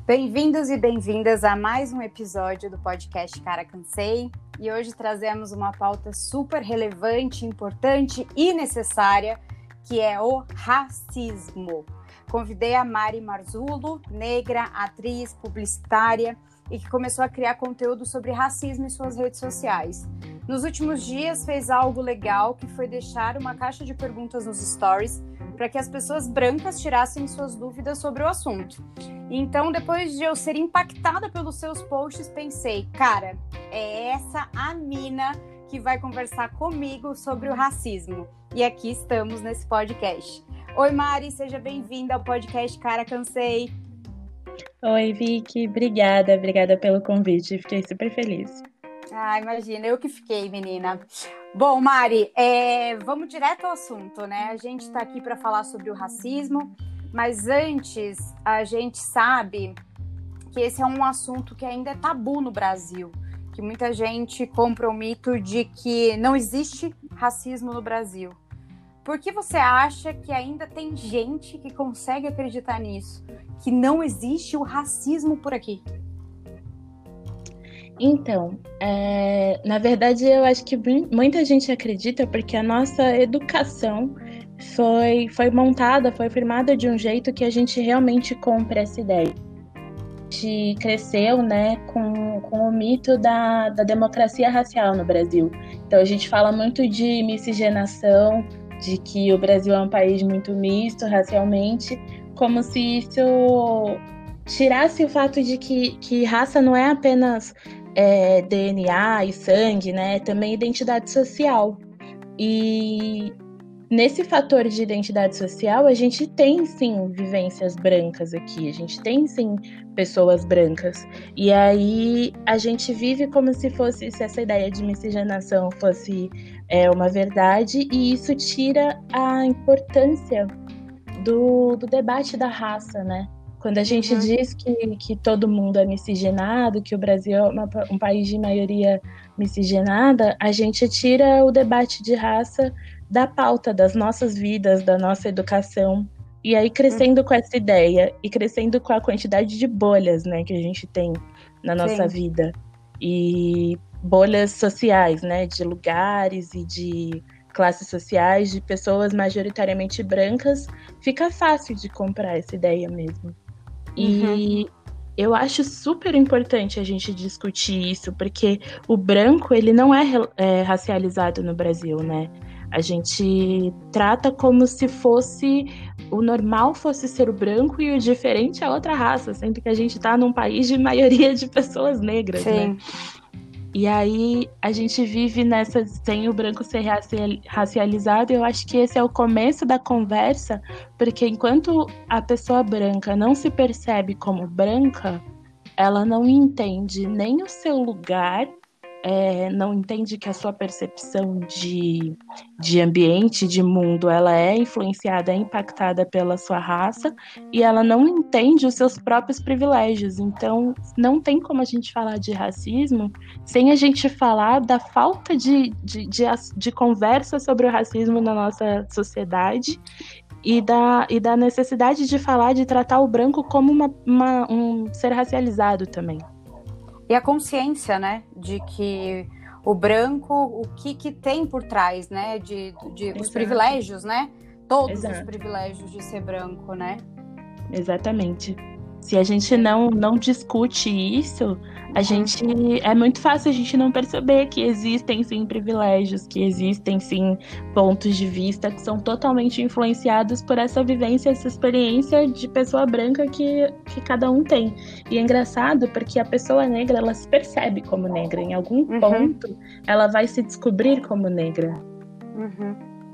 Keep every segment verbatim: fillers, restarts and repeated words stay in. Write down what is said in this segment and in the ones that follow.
Bem-vindos e bem-vindas a mais um episódio do podcast Cara Cansei. E hoje trazemos uma pauta super relevante, importante e necessária, que é o racismo. Convidei a Mari Marzullo, negra, atriz, publicitária, e que começou a criar conteúdo sobre racismo em suas redes sociais. Nos últimos dias fez algo legal, que foi deixar uma caixa de perguntas nos stories para que as pessoas brancas tirassem suas dúvidas sobre o assunto. Então, depois de eu ser impactada pelos seus posts, pensei, cara, é essa a mina que vai conversar comigo sobre o racismo. E aqui estamos nesse podcast. Oi, Mari, seja bem-vinda ao podcast Cara Cansei. Oi, Vicky, obrigada, obrigada pelo convite, fiquei super feliz. Ah, imagina, eu que fiquei, menina. Bom, Mari, é, vamos direto ao assunto, né? A gente está aqui para falar sobre o racismo, mas antes a gente sabe que esse é um assunto que ainda é tabu no Brasil, que muita gente compra o mito de que não existe racismo no Brasil. Por que você acha que ainda tem gente que consegue acreditar nisso? Que não existe o racismo por aqui? Então, é, na verdade eu acho que muita gente acredita porque a nossa educação foi, foi montada, foi firmada de um jeito que a gente realmente compra essa ideia. A gente cresceu, né, com, com o mito da, da democracia racial no Brasil. Então a gente fala muito de miscigenação, de que o Brasil é um país muito misto racialmente, como se isso tirasse o fato de que, que raça não é apenas é, D N A e sangue, né? É também identidade social. E nesse fator de identidade social, a gente tem sim vivências brancas aqui, a gente tem sim pessoas brancas. E aí a gente vive como se fosse, se essa ideia de miscigenação fosse é, uma verdade, e isso tira a importância do, do debate da raça, né? Quando a gente uhum. diz que, que todo mundo é miscigenado, que o Brasil é uma, um país de maioria miscigenada, a gente tira o debate de raça da pauta das nossas vidas, da nossa educação. E aí, crescendo uhum. com essa ideia e crescendo com a quantidade de bolhas, né, que a gente tem na nossa Sim. vida. E bolhas sociais, né, de lugares e de classes sociais, de pessoas majoritariamente brancas, fica fácil de comprar essa ideia mesmo. E uhum. eu acho super importante a gente discutir isso, porque o branco, ele não é, é racializado no Brasil, né? A gente trata como se fosse, o normal fosse ser o branco e o diferente é outra raça, sendo que a gente tá num país de maioria de pessoas negras, Sim. né? E aí a gente vive nessa, sem o branco ser racializado, e eu acho que esse é o começo da conversa, porque enquanto a pessoa branca não se percebe como branca, ela não entende nem o seu lugar, é, não entende que a sua percepção de, de ambiente, de mundo, ela é influenciada, é impactada pela sua raça, e ela não entende os seus próprios privilégios. Então, não tem como a gente falar de racismo sem a gente falar da falta de, de, de, de conversa sobre o racismo na nossa sociedade, e da, e da necessidade de falar, de tratar o branco como uma, uma, um ser racializado também. E a consciência, né, de que o branco, o que, que tem por trás, né, de, de os privilégios, né, todos Exato. Os privilégios de ser branco, né. Exatamente. Se a gente não, não discute isso, a uhum. gente, é muito fácil a gente não perceber que existem sim privilégios, que existem sim pontos de vista que são totalmente influenciados por essa vivência, essa experiência de pessoa branca que, que cada um tem. E é engraçado porque a pessoa negra, ela se percebe como negra. Em algum uhum. ponto, ela vai se descobrir como negra. Uhum.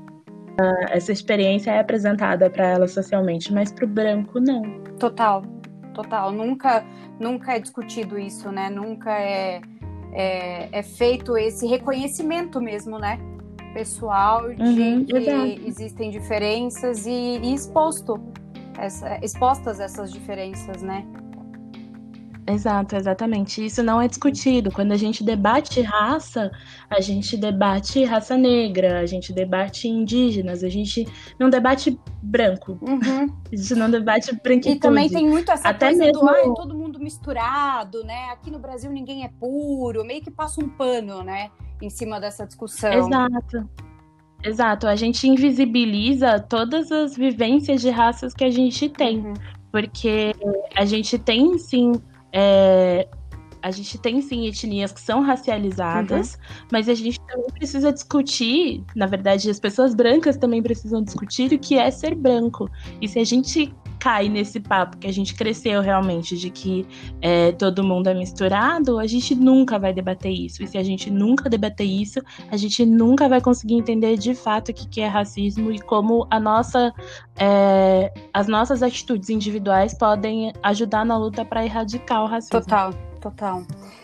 Essa experiência é apresentada para ela socialmente, mas para o branco, não. Total. Total, nunca, nunca é discutido isso, né? Nunca é, é, é feito esse reconhecimento mesmo, né? Pessoal de uhum, que exato. Existem diferenças e, e exposto essa, expostas essas diferenças, né? Exato, exatamente. Isso não é discutido. Quando a gente debate raça, a gente debate raça negra, a gente debate indígenas, a gente não debate branco. Uhum. A gente não debate branquitude. E também tem muito essa Até coisa mesmo... do, ai, todo mundo misturado, né? Aqui no Brasil ninguém é puro, meio que passa um pano, né? Em cima dessa discussão. Exato. Exato. A gente invisibiliza todas as vivências de raças que a gente tem. Uhum. Porque a gente tem, sim... É, a gente tem sim etnias que são racializadas, uhum. mas a gente também precisa discutir, na verdade as pessoas brancas também precisam discutir o que é ser branco. E se a gente cai nesse papo que a gente cresceu realmente de que é, todo mundo é misturado, a gente nunca vai debater isso. E se a gente nunca debater isso, a gente nunca vai conseguir entender de fato o que é racismo e como a nossa, é, as nossas atitudes individuais podem ajudar na luta para erradicar o racismo. Total, total.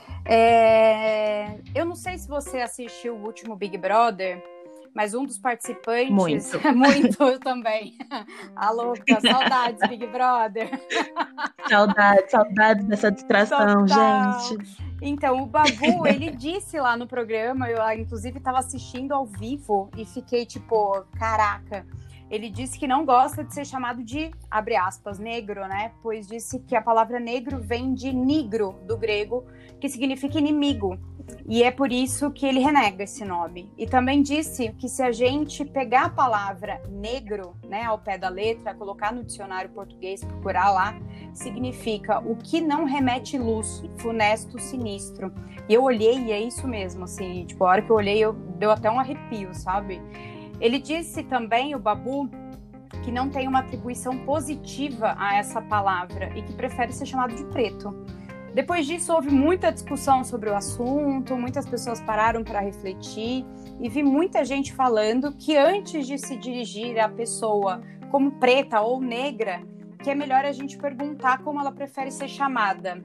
É... Eu não sei se você assistiu o último Big Brother, mas um dos participantes... Muito. Muito, eu também. A louca, saudades, Big Brother. Saudades, saudades dessa distração, Total. gente. Então, o Babu, ele disse lá no programa, eu inclusive estava assistindo ao vivo e fiquei tipo, caraca... Ele disse que não gosta de ser chamado de, abre aspas, negro, né? Pois disse que a palavra negro vem de nigro, do grego, que significa inimigo. E é por isso que ele renega esse nome. E também disse que se a gente pegar a palavra negro, né, ao pé da letra, colocar no dicionário português, procurar lá, significa o que não remete luz, funesto, sinistro. E eu olhei e é isso mesmo, assim, tipo, a hora que eu olhei, eu deu até um arrepio, sabe? Ele disse também, o Babu, que não tem uma atribuição positiva a essa palavra e que prefere ser chamado de preto. Depois disso, houve muita discussão sobre o assunto, muitas pessoas pararam para refletir e vi muita gente falando que antes de se dirigir à pessoa como preta ou negra, que é melhor a gente perguntar como ela prefere ser chamada.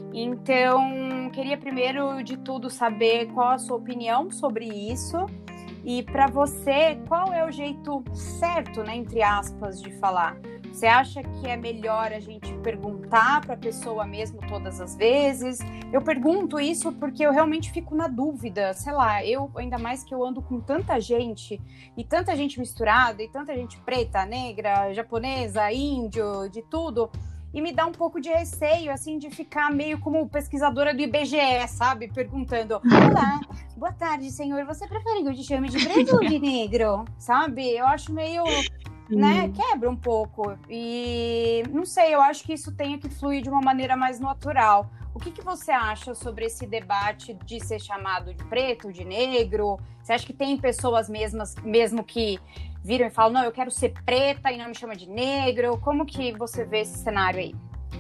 Então, queria primeiro de tudo saber qual a sua opinião sobre isso. E para você, qual é o jeito certo, né, entre aspas, de falar? Você acha que é melhor a gente perguntar para a pessoa mesmo todas as vezes? Eu pergunto isso porque eu realmente fico na dúvida, sei lá, eu, ainda mais que eu ando com tanta gente, e tanta gente misturada, e tanta gente preta, negra, japonesa, índio, de tudo... E me dá um pouco de receio, assim, de ficar meio como pesquisadora do I B G E, sabe? Perguntando, olá, boa tarde, senhor, você prefere que eu te chame de preto ou de negro? Sabe? Eu acho meio, né, quebra um pouco. E, não sei, eu acho que isso tenha que fluir de uma maneira mais natural. O que, que você acha sobre esse debate de ser chamado de preto, de negro? Você acha que tem pessoas mesmas, mesmo que viram e falam, não, eu quero ser preta e não me chama de negro? Como que você vê esse cenário aí?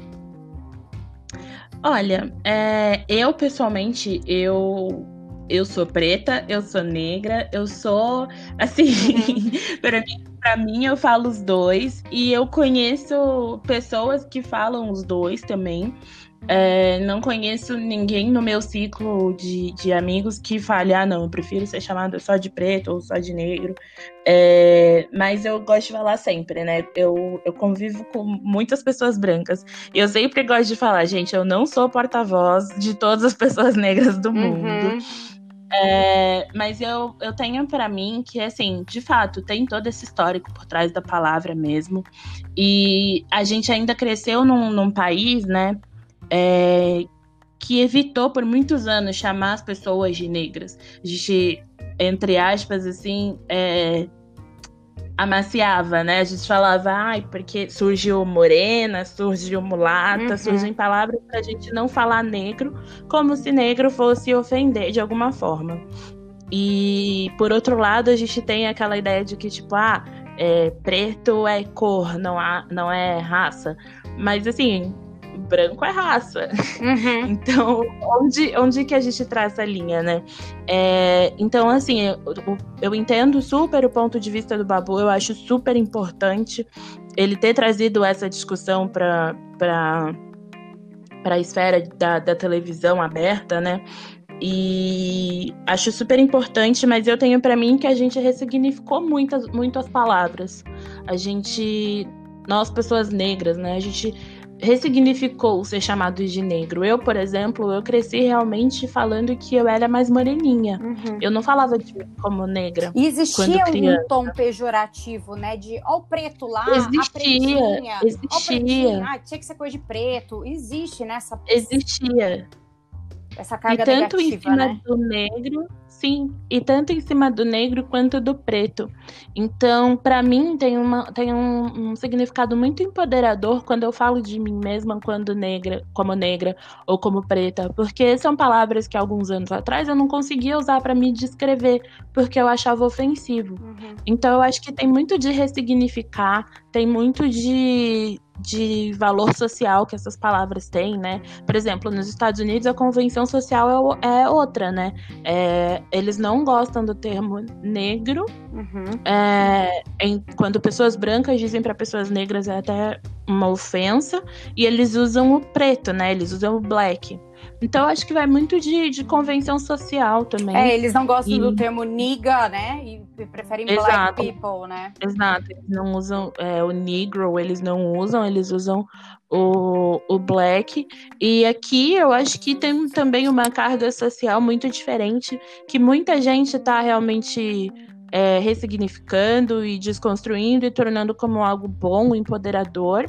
Olha, é, eu pessoalmente, eu, eu sou preta, eu sou negra, eu sou, assim, uhum. para mim, pra mim eu falo os dois, e eu conheço pessoas que falam os dois também. É, não conheço ninguém no meu ciclo de, de amigos que fale, ah, não, eu prefiro ser chamada só de preto ou só de negro. É, mas eu gosto de falar sempre, né? Eu, eu convivo com muitas pessoas brancas. E eu sempre gosto de falar, gente, eu não sou porta-voz de todas as pessoas negras do mundo. Uhum. É, mas eu, eu tenho pra mim que, assim, de fato, tem todo esse histórico por trás da palavra mesmo. E a gente ainda cresceu num, num país, né? É, que evitou por muitos anos chamar as pessoas de negras. A gente, entre aspas, assim, é, amaciava, né? A gente falava, ai, porque surgiu morena, surgiu mulata, uhum. surgem palavras pra gente não falar negro, como se negro fosse ofender de alguma forma. E, por outro lado, a gente tem aquela ideia de que, tipo, ah, é, preto é cor, não, há, não é raça. Mas, assim... branco é raça. Uhum. Então, onde, onde que a gente traça a linha, né? É, então, assim, eu, eu entendo super o ponto de vista do Babu, eu acho super importante ele ter trazido essa discussão para para a esfera da, da televisão aberta, né? E acho super importante, mas eu tenho para mim que a gente ressignificou muitas, muito as palavras. A gente, nós pessoas negras, né? A gente ressignificou ser chamado de negro. Eu, por exemplo, eu cresci realmente falando que eu era mais moreninha. Uhum. Eu não falava de mim como negra. E existia um tom pejorativo, né? De ó o preto lá, existia, a pretinha. Existia. Ah, tinha que ser coisa de preto. Existe, né? Essa... Existia. Essa carga e tanto negativa, em cima né? do negro, sim, e tanto em cima do negro quanto do preto. Então, para mim, tem, uma, tem um, um significado muito empoderador quando eu falo de mim mesma quando negra, como negra ou como preta, porque são palavras que alguns anos atrás eu não conseguia usar para me descrever, porque eu achava ofensivo. Uhum. Então, eu acho que tem muito de ressignificar, tem muito de... de valor social que essas palavras têm, né? Por exemplo, nos Estados Unidos a convenção social é, é outra, né? É, eles não gostam do termo negro. Uhum. É, em, quando pessoas brancas dizem para pessoas negras é até uma ofensa, e eles usam o preto, né? Eles usam o black. Então, acho que vai muito de, de convenção social também. É, eles não gostam e... do termo nigga, né? E preferem Exato. black people, né? Exato. Eles não usam é, o negro, eles não usam, eles usam o, o black. E aqui eu acho que tem também uma carga social muito diferente, que muita gente tá realmente é, ressignificando e desconstruindo e tornando como algo bom, empoderador.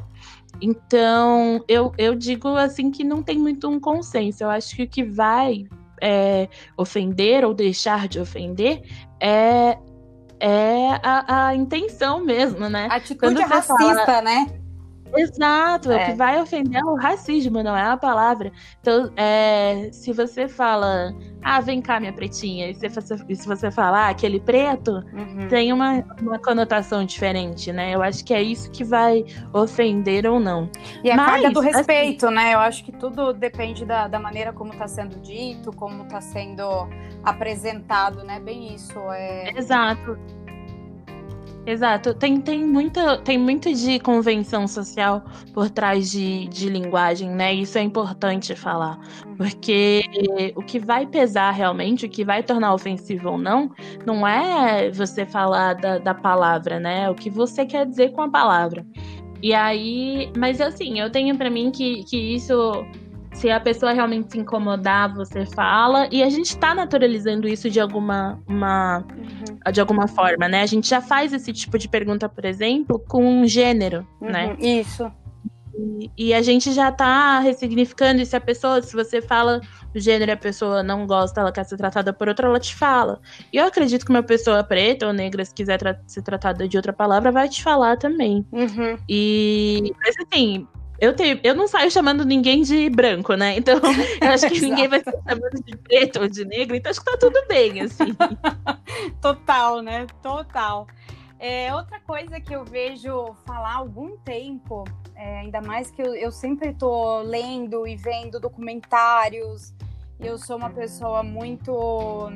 Então, eu, eu digo assim que não tem muito um consenso. Eu acho que o que vai é, ofender ou deixar de ofender é, é a, a intenção mesmo, né? Atitude racista, fala... né? Exato, é. O que vai ofender é o racismo, não é a palavra. Então, é, se você fala, ah, vem cá, minha pretinha, e se você, e se você falar ah, aquele preto, uhum. tem uma, uma conotação diferente, né? Eu acho que é isso que vai ofender ou não. E a Mas, carga do respeito, assim, né? Eu acho que tudo depende da, da maneira como está sendo dito, como está sendo apresentado, né? Bem isso. É... Exato. Exato, tem, tem, muita, tem muito de convenção social por trás de, de linguagem, né? Isso é importante falar, porque o que vai pesar realmente, o que vai tornar ofensivo ou não, não é você falar da, da palavra, né? O que você quer dizer com a palavra. E aí, mas assim, eu tenho pra mim que, que isso... Se a pessoa realmente se incomodar, você fala. E a gente tá naturalizando isso de alguma, uma, uhum. de alguma forma, né? A gente já faz esse tipo de pergunta, por exemplo, com gênero, uhum. né? Isso. E, e a gente já tá ressignificando. E se a pessoa, se você fala o gênero e a pessoa não gosta, ela quer ser tratada por outra, ela te fala. E eu acredito que uma pessoa preta ou negra, se quiser tra- ser tratada de outra palavra, vai te falar também. Uhum. E, mas assim... Eu, tenho, eu não saio chamando ninguém de branco, né? Então, eu acho que ninguém vai ser chamando de preto ou de negro, então acho que tá tudo bem, assim. Total, né? Total. É, outra coisa que eu vejo falar há algum tempo, é, ainda mais que eu, eu sempre tô lendo e vendo documentários, e eu sou uma pessoa muito...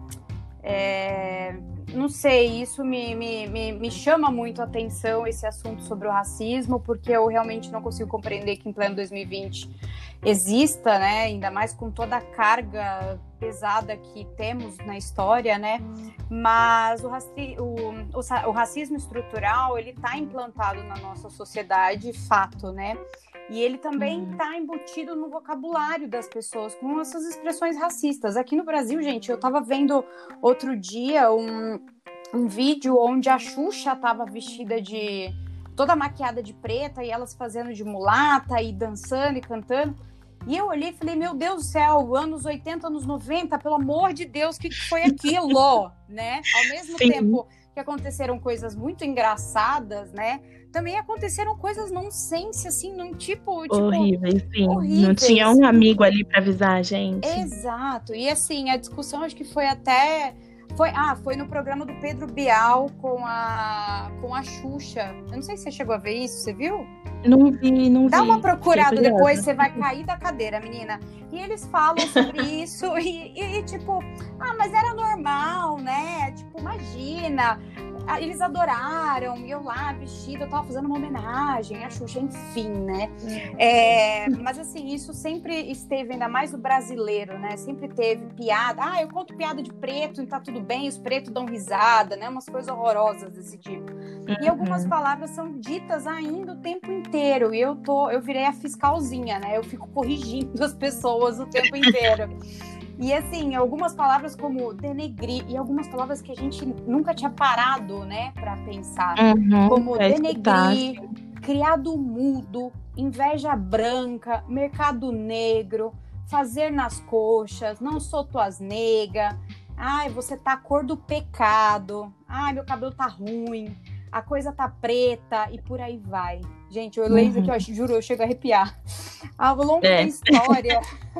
É, não sei, isso me, me, me, me chama muito a atenção, esse assunto sobre o racismo, porque eu realmente não consigo compreender que em pleno dois mil e vinte exista, né, ainda mais com toda a carga pesada que temos na história, né, mas o, raci- o, o, o racismo estrutural, ele está implantado na nossa sociedade, fato, né, e ele também está embutido no vocabulário das pessoas, com essas expressões racistas. Aqui no Brasil, gente, eu estava vendo outro dia um, um vídeo onde a Xuxa estava vestida de... toda maquiada de preta, e elas fazendo de mulata, e dançando e cantando. E eu olhei e falei, meu Deus do céu, anos oitenta, anos noventa, pelo amor de Deus, o que, que foi aquilo, né? Ao mesmo Sim. tempo que aconteceram coisas muito engraçadas, né? Também aconteceram coisas nonsense, assim, num tipo... tipo horríveis, sim. Horríveis. Não tinha um amigo ali pra avisar a gente. Exato. E assim, a discussão acho que foi até... Foi, ah, foi no programa do Pedro Bial com a, com a Xuxa. Eu não sei se você chegou a ver isso, você viu? Não vi, não Dá vi. Dá uma procurada depois, você vai cair da cadeira, menina. E eles falam sobre isso e, e, e, tipo, ah, mas era normal, né? Tipo, imagina. eles adoraram, e eu lá vestida, eu tava fazendo uma homenagem à Xuxa, enfim, né? É, mas assim, isso sempre esteve, ainda mais no brasileiro, né? Sempre teve piada. Ah, eu conto piada de preto e tá tudo bem, os pretos dão risada, né? Umas coisas horrorosas desse tipo. Uhum. E algumas palavras são ditas ainda o tempo inteiro, e eu tô, eu virei a fiscalzinha, né? Eu fico corrigindo as pessoas o tempo inteiro. E assim, algumas palavras como denegrir, e algumas palavras que a gente nunca tinha parado, né, pra pensar. Uhum, como é denegrir, criado mudo, inveja branca, mercado negro, fazer nas coxas, não sou tuas nega, ai, você tá a cor do pecado, ai, meu cabelo tá ruim, a coisa tá preta, e por aí vai. Gente, eu leio isso aqui, eu juro, eu chego a arrepiar. Ao longo é. da história...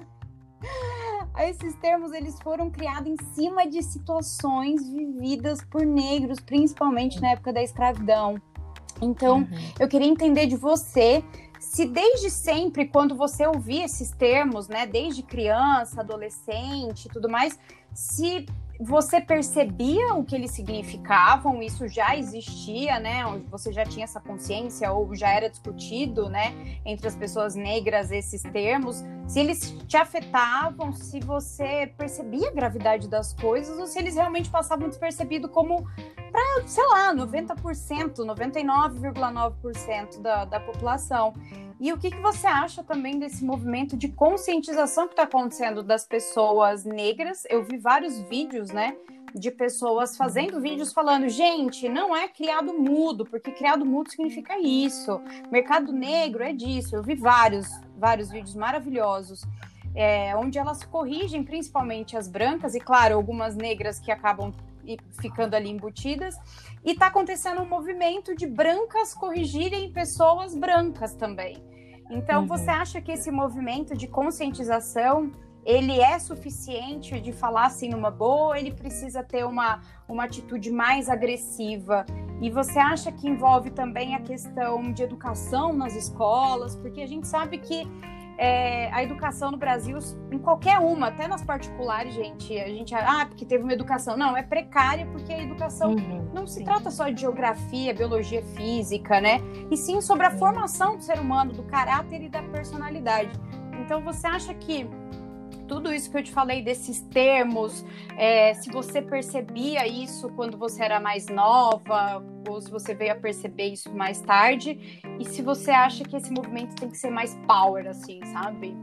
Esses termos, eles foram criados em cima de situações vividas por negros, principalmente na época da escravidão. Então, uhum. eu queria entender de você se desde sempre, quando você ouvia esses termos, né, desde criança, adolescente e tudo mais, se você percebia o que eles significavam, isso já existia, né? Você já tinha essa consciência ou já era discutido, né, entre as pessoas negras esses termos, se eles te afetavam, se você percebia a gravidade das coisas ou se eles realmente passavam despercebido como para, sei lá, noventa por cento, noventa e nove vírgula nove por cento da, da população. E o que, que você acha também desse movimento de conscientização que está acontecendo das pessoas negras? Eu vi vários vídeos, né, de pessoas fazendo vídeos falando, gente, não é criado mudo, porque criado mudo significa isso. Mercado negro é disso. Eu vi vários, vários vídeos maravilhosos, é, onde elas corrigem principalmente as brancas, e claro, algumas negras que acabam ficando ali embutidas, e está acontecendo um movimento de brancas corrigirem pessoas brancas também. Então, uhum. você acha que esse movimento de conscientização, ele é suficiente de falar assim numa boa, ou ele precisa ter uma, uma atitude mais agressiva? E você acha que envolve também a questão de educação nas escolas? Porque a gente sabe que É, a educação no Brasil, em qualquer uma, até nas particulares, gente, a gente, ah, porque teve uma educação, não, é precária porque a educação uhum, não se sim. trata só de geografia, biologia física, né, e sim sobre a sim. formação do ser humano, do caráter e da personalidade. Então você acha que tudo isso que eu te falei desses termos, é, se você percebia isso quando você era mais nova, ou se você veio a perceber isso mais tarde, e se você acha que esse movimento tem que ser mais power, assim, sabe?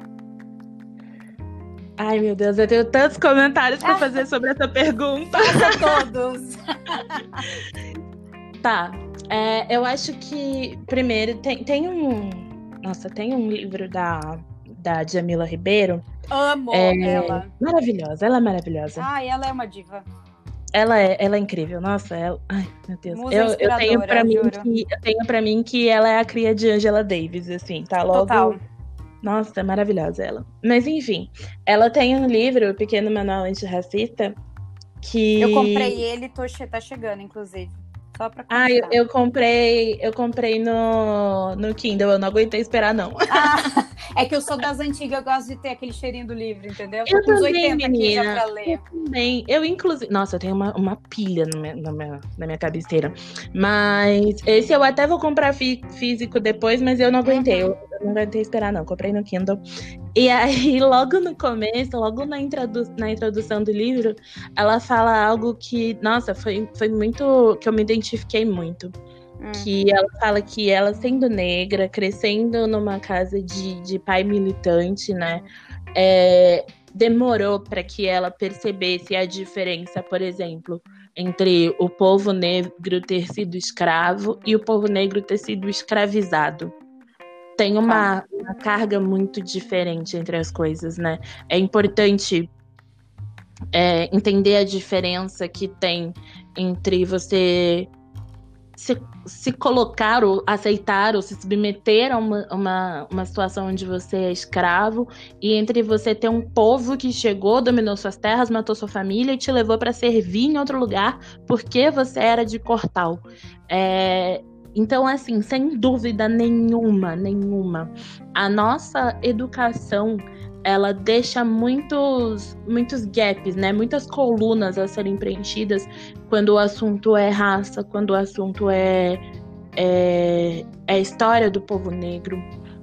Ai, meu Deus, eu tenho tantos comentários para fazer sobre essa pergunta. Faça todos! Tá, é, eu acho que, primeiro, tem, tem um... Nossa, tem um livro da, da Djamila Ribeiro. Amo é, ela. Maravilhosa, ela é maravilhosa. Ah, ela é uma diva. Ela é, ela é incrível, nossa, ela... Ai, meu Deus. Eu, eu, tenho pra mim que, eu tenho pra mim que ela é a cria de Angela Davis, assim, tá logo... Total. Nossa, é maravilhosa ela. Mas enfim, ela tem um livro, O Pequeno Manual Antirracista, que... Eu comprei ele, tô, tá chegando, inclusive. Só pra ah, eu, eu comprei eu comprei no, no Kindle, eu não aguentei esperar, não. Ah, é que eu sou das antigas, eu gosto de ter aquele cheirinho do livro, entendeu? Eu tô com também, oitenta menina, aqui já pra ler. Eu também. Eu, inclusive... Nossa, eu tenho uma, uma pilha na minha, na, minha, na minha cabeceira. Mas esse eu até vou comprar fí- físico depois, mas eu não aguentei. Uhum. Eu, eu não aguentei esperar, não. Comprei no Kindle. E aí, logo no começo, logo na, introdu- na introdução do livro, ela fala algo que, nossa, foi, foi muito... que eu me identifiquei muito. Hum. Que ela fala que ela, sendo negra, crescendo numa casa de, de pai militante, né, é, demorou para que ela percebesse a diferença, por exemplo, entre o povo negro ter sido escravo e o povo negro ter sido escravizado. Tem uma, uma carga muito diferente entre as coisas, né? É importante é, entender a diferença que tem entre você se, se colocar ou aceitar ou se submeter a uma, uma, uma situação onde você é escravo, e entre você ter um povo que chegou, dominou suas terras, matou sua família e te levou para servir em outro lugar porque você era de cor tal. É... Então, assim, sem dúvida nenhuma, nenhuma, a nossa educação ela deixa muitos, muitos gaps, né? Muitas colunas a serem preenchidas quando o assunto é raça, quando o assunto é, é, é a história do povo negro.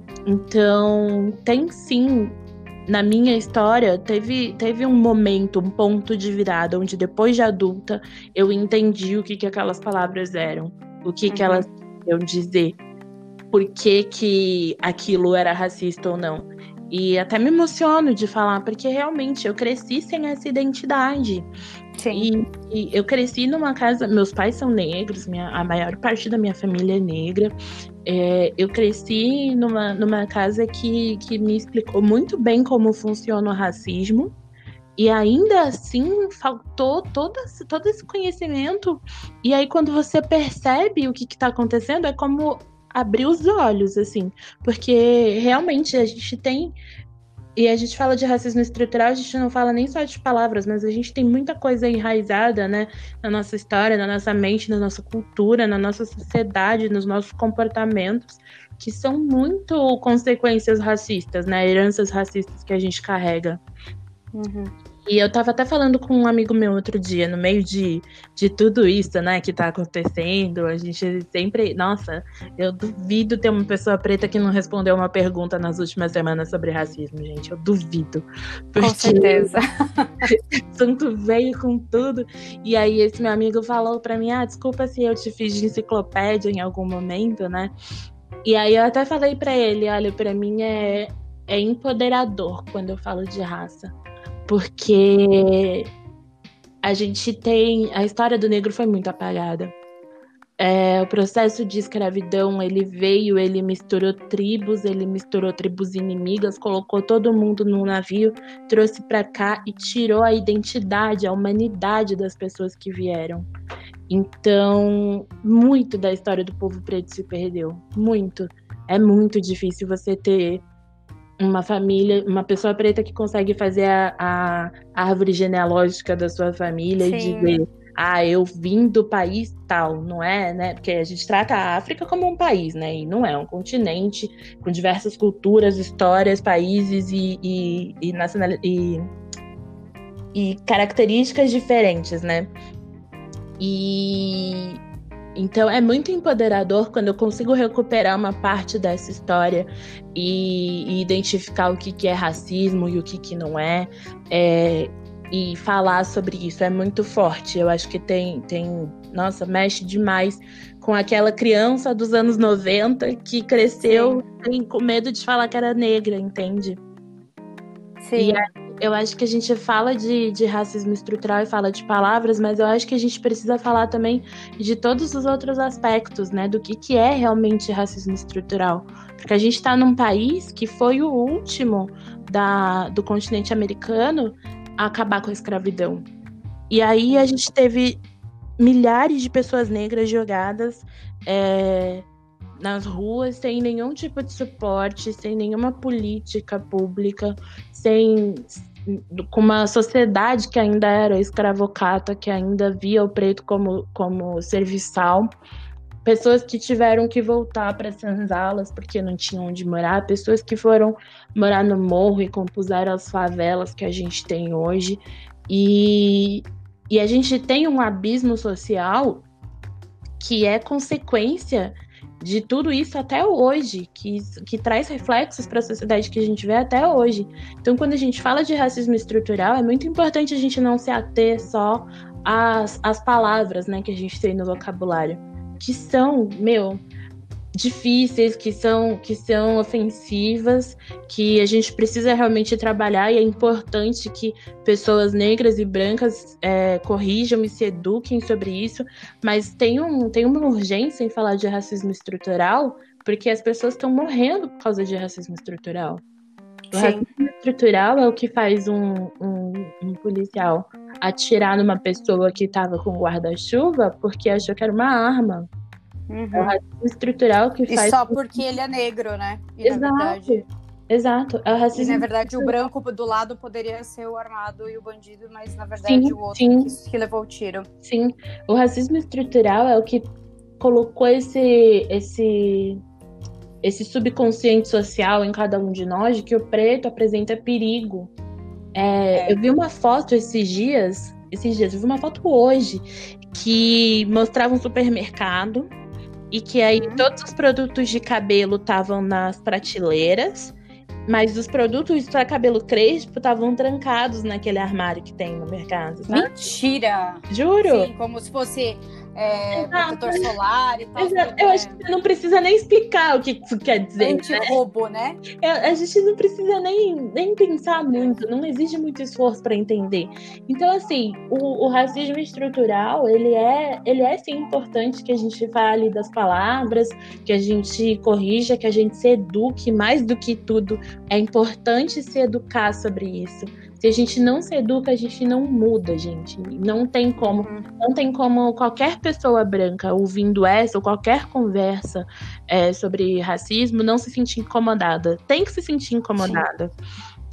Então, tem sim, na minha história, teve, teve um momento, um ponto de virada, onde depois de adulta, eu entendi o que, que aquelas palavras eram, o que, uhum. que elas queriam dizer, por que, que aquilo era racista ou não. E até me emociono de falar, porque realmente eu cresci sem essa identidade. Sim. E, e eu cresci numa casa, meus pais são negros, minha, a maior parte da minha família é negra. É, eu cresci numa, numa casa que, que me explicou muito bem como funciona o racismo. E ainda assim, faltou todo, todo esse conhecimento. E aí, quando você percebe o que está acontecendo, é como abrir os olhos, assim. Porque, realmente, a gente tem... E a gente fala de racismo estrutural, a gente não fala nem só de palavras, mas a gente tem muita coisa enraizada, né? Na nossa história, na nossa mente, na nossa cultura, na nossa sociedade, nos nossos comportamentos, que são muito consequências racistas, né? Heranças racistas que a gente carrega. Uhum. E eu tava até falando com um amigo meu outro dia, no meio de, de tudo isso, né, que tá acontecendo, a gente sempre... Nossa, eu duvido ter uma pessoa preta que não respondeu uma pergunta nas últimas semanas sobre racismo, gente, eu duvido. Porque com certeza. O assunto veio com tudo. E aí esse meu amigo falou pra mim, ah, desculpa se eu te fiz de enciclopédia em algum momento, né? E aí eu até falei pra ele, olha, pra mim é, é empoderador quando eu falo de raça. Porque a gente tem... A história do negro foi muito apagada. É, o processo de escravidão, ele veio, ele misturou tribos, ele misturou tribos inimigas, colocou todo mundo num navio, trouxe pra cá e tirou a identidade, a humanidade das pessoas que vieram. Então, muito da história do povo preto se perdeu. Muito. É muito difícil você ter uma família, uma pessoa preta que consegue fazer a, a árvore genealógica da sua família. Sim. E dizer, ah, eu vim do país tal, não é, né? Porque a gente trata a África como um país, né? E não é um continente com diversas culturas, histórias, países e, e, e, nacional, e, e características diferentes, né? E... Então é muito empoderador quando eu consigo recuperar uma parte dessa história e, e identificar o que, que é racismo e o que, que não é, é, e falar sobre isso. É muito forte. Eu acho que tem, tem, nossa, mexe demais com aquela criança dos anos noventa que cresceu sem, com medo de falar que era negra, entende? Sim. E aí, eu acho que a gente fala de, de racismo estrutural e fala de palavras, mas eu acho que a gente precisa falar também de todos os outros aspectos, né? Do que, que é realmente racismo estrutural. Porque a gente está num país que foi o último da, do continente americano a acabar com a escravidão. E aí a gente teve milhares de pessoas negras jogadas é, nas ruas sem nenhum tipo de suporte, sem nenhuma política pública, sem... com uma sociedade que ainda era escravocrata, que ainda via o preto como, como serviçal, pessoas que tiveram que voltar para as senzalas porque não tinham onde morar, pessoas que foram morar no morro e compuseram as favelas que a gente tem hoje, e, e a gente tem um abismo social que é consequência de tudo isso até hoje, que, que traz reflexos para a sociedade que a gente vê até hoje. Então, quando a gente fala de racismo estrutural, é muito importante a gente não se ater só às, às palavras, né, que a gente tem no vocabulário, que são, meu, difíceis, que são, que são ofensivas, que a gente precisa realmente trabalhar, e é importante que pessoas negras e brancas é, corrijam e se eduquem sobre isso, mas tem, um, tem uma urgência em falar de racismo estrutural, porque as pessoas estão morrendo por causa de racismo estrutural. O Sim. racismo estrutural é o que faz um, um, um policial atirar numa pessoa que estava com guarda-chuva porque achou que era uma arma. Uhum. É o racismo estrutural que faz... E só porque ele é negro, né? E, exato, na verdade... exato. É o racismo... E, na verdade, o branco do lado poderia ser o armado e o bandido, mas, na verdade, sim, o outro que, que levou o tiro. Sim, o racismo estrutural é o que colocou esse, esse, esse subconsciente social em cada um de nós de que o preto apresenta perigo. É, é. Eu vi uma foto esses dias, esses dias, eu vi uma foto hoje que mostrava um supermercado e que aí uhum. todos os produtos de cabelo estavam nas prateleiras, mas os produtos para cabelo crespo estavam trancados naquele armário que tem no mercado. Sabe? Mentira! Juro! Sim, como se fosse é, protetor solar e tal. Exato. Eu acho que você não precisa nem explicar o que isso quer dizer. Anti-roubo, né? né? A gente não precisa nem, nem pensar muito, não exige muito esforço para entender. Então, assim, o, o racismo estrutural, ele é, ele é sim importante que a gente fale das palavras, que a gente corrija, que a gente se eduque, mais do que tudo, é importante se educar sobre isso. Se a gente não se educa, a gente não muda, gente. Não tem como, uhum. não tem como qualquer pessoa branca ouvindo essa ou qualquer conversa é, sobre racismo não se sentir incomodada. Tem que se sentir incomodada. Sim.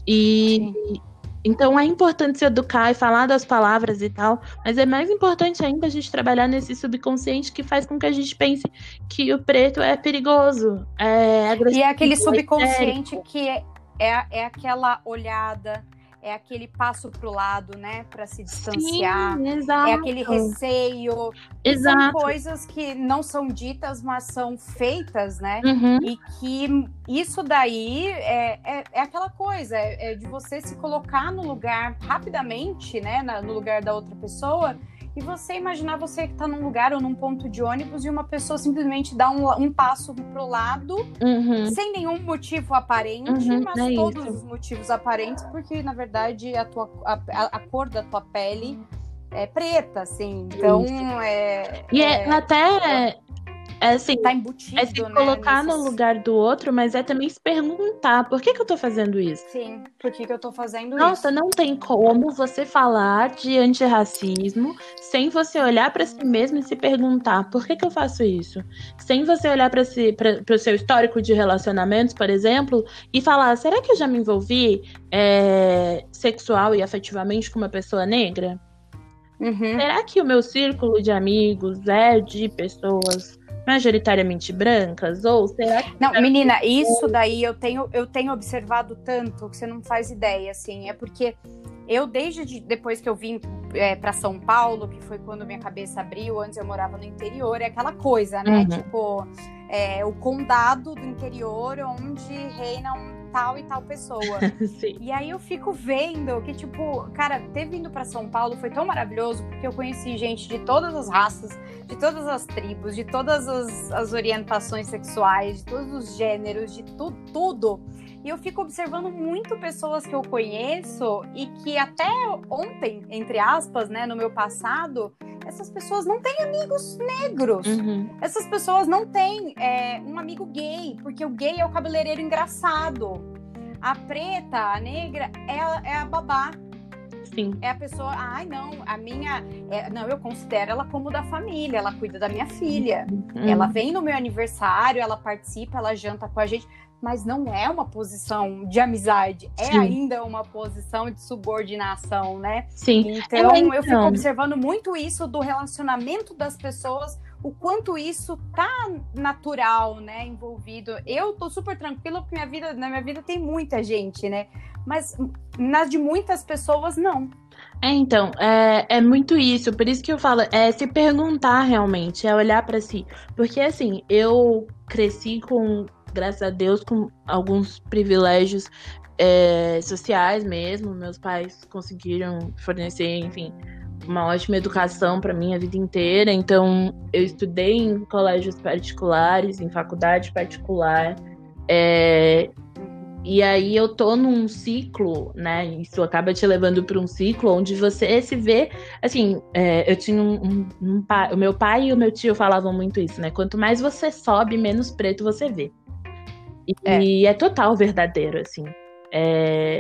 E Sim. Então é importante se educar e falar das palavras e tal, mas é mais importante ainda a gente trabalhar nesse subconsciente que faz com que a gente pense que o preto é perigoso, é agressivo. E é aquele subconsciente é que é, é, é aquela olhada, é aquele passo pro lado, né, para se distanciar. Sim, exato. É aquele receio. Exato. São coisas que não são ditas, mas são feitas, né? Uhum. E que isso daí é, é, é aquela coisa, é, é de você se colocar no lugar rapidamente, né, na, no lugar da outra pessoa. E você imaginar você que está num lugar ou num ponto de ônibus e uma pessoa simplesmente dá um, um passo pro lado, uhum. sem nenhum motivo aparente, uhum, mas é todos isso. os motivos aparentes, porque, na verdade, a, tua, a, a cor da tua pele é preta, assim. Então, isso. é... E é, é até... É... É assim, tá embutido, é se né, colocar nesses... no lugar do outro, mas é também se perguntar, por que que eu tô fazendo isso? Sim, por que que eu tô fazendo Nossa, isso? Nossa, não tem como você falar de antirracismo sem você olhar pra si mesmo e se perguntar, por que que eu faço isso? Sem você olhar para si, para o seu histórico de relacionamentos, por exemplo, e falar, será que eu já me envolvi é, sexual e afetivamente com uma pessoa negra? Uhum. Será que o meu círculo de amigos é de pessoas majoritariamente brancas? Ou será que... Não, menina, isso daí eu tenho, eu tenho observado tanto que você não faz ideia, assim. É porque eu, desde de, depois que eu vim é, para São Paulo, que foi quando minha cabeça abriu, antes eu morava no interior, é aquela coisa, né? Uhum. Tipo, é, o condado do interior onde reina um tal e tal pessoa. Sim. E aí eu fico vendo que, tipo, cara, ter vindo pra São Paulo foi tão maravilhoso, porque eu conheci gente de todas as raças, de todas as tribos, de todas as, as orientações sexuais, de todos os gêneros, de tu, tudo. E eu fico observando muito pessoas que eu conheço e que até ontem, entre aspas, né, no meu passado, essas pessoas não têm amigos negros. Uhum. Essas pessoas não têm é, um amigo gay, porque o gay é o cabeleireiro engraçado. A preta, a negra, é a, é a babá. Sim. É a pessoa, ai não, a minha... É, não, eu considero ela como da família, ela cuida da minha filha. Uhum. Ela vem no meu aniversário, ela participa, ela janta com a gente, mas não é uma posição de amizade, é Sim. ainda uma posição de subordinação, né? Sim. Então, é, então, eu fico observando muito isso do relacionamento das pessoas, o quanto isso tá natural, né, envolvido. Eu tô super tranquila porque minha vida, na minha vida tem muita gente, né? Mas nas de muitas pessoas, não. É, então, é, é muito isso. Por isso que eu falo, é se perguntar realmente, é olhar pra si. Porque, assim, eu cresci com, graças a Deus, com alguns privilégios é, sociais mesmo. Meus pais conseguiram fornecer, enfim, uma ótima educação para mim a vida inteira. Então, eu estudei em colégios particulares, em faculdade particular. É, e aí eu tô num ciclo, né? Isso acaba te levando para um ciclo onde você se vê. Assim, é, eu tinha um, um, um pai, o meu pai e o meu tio falavam muito isso, né? Quanto mais você sobe, menos preto você vê. E é, e é total verdadeiro, assim. É,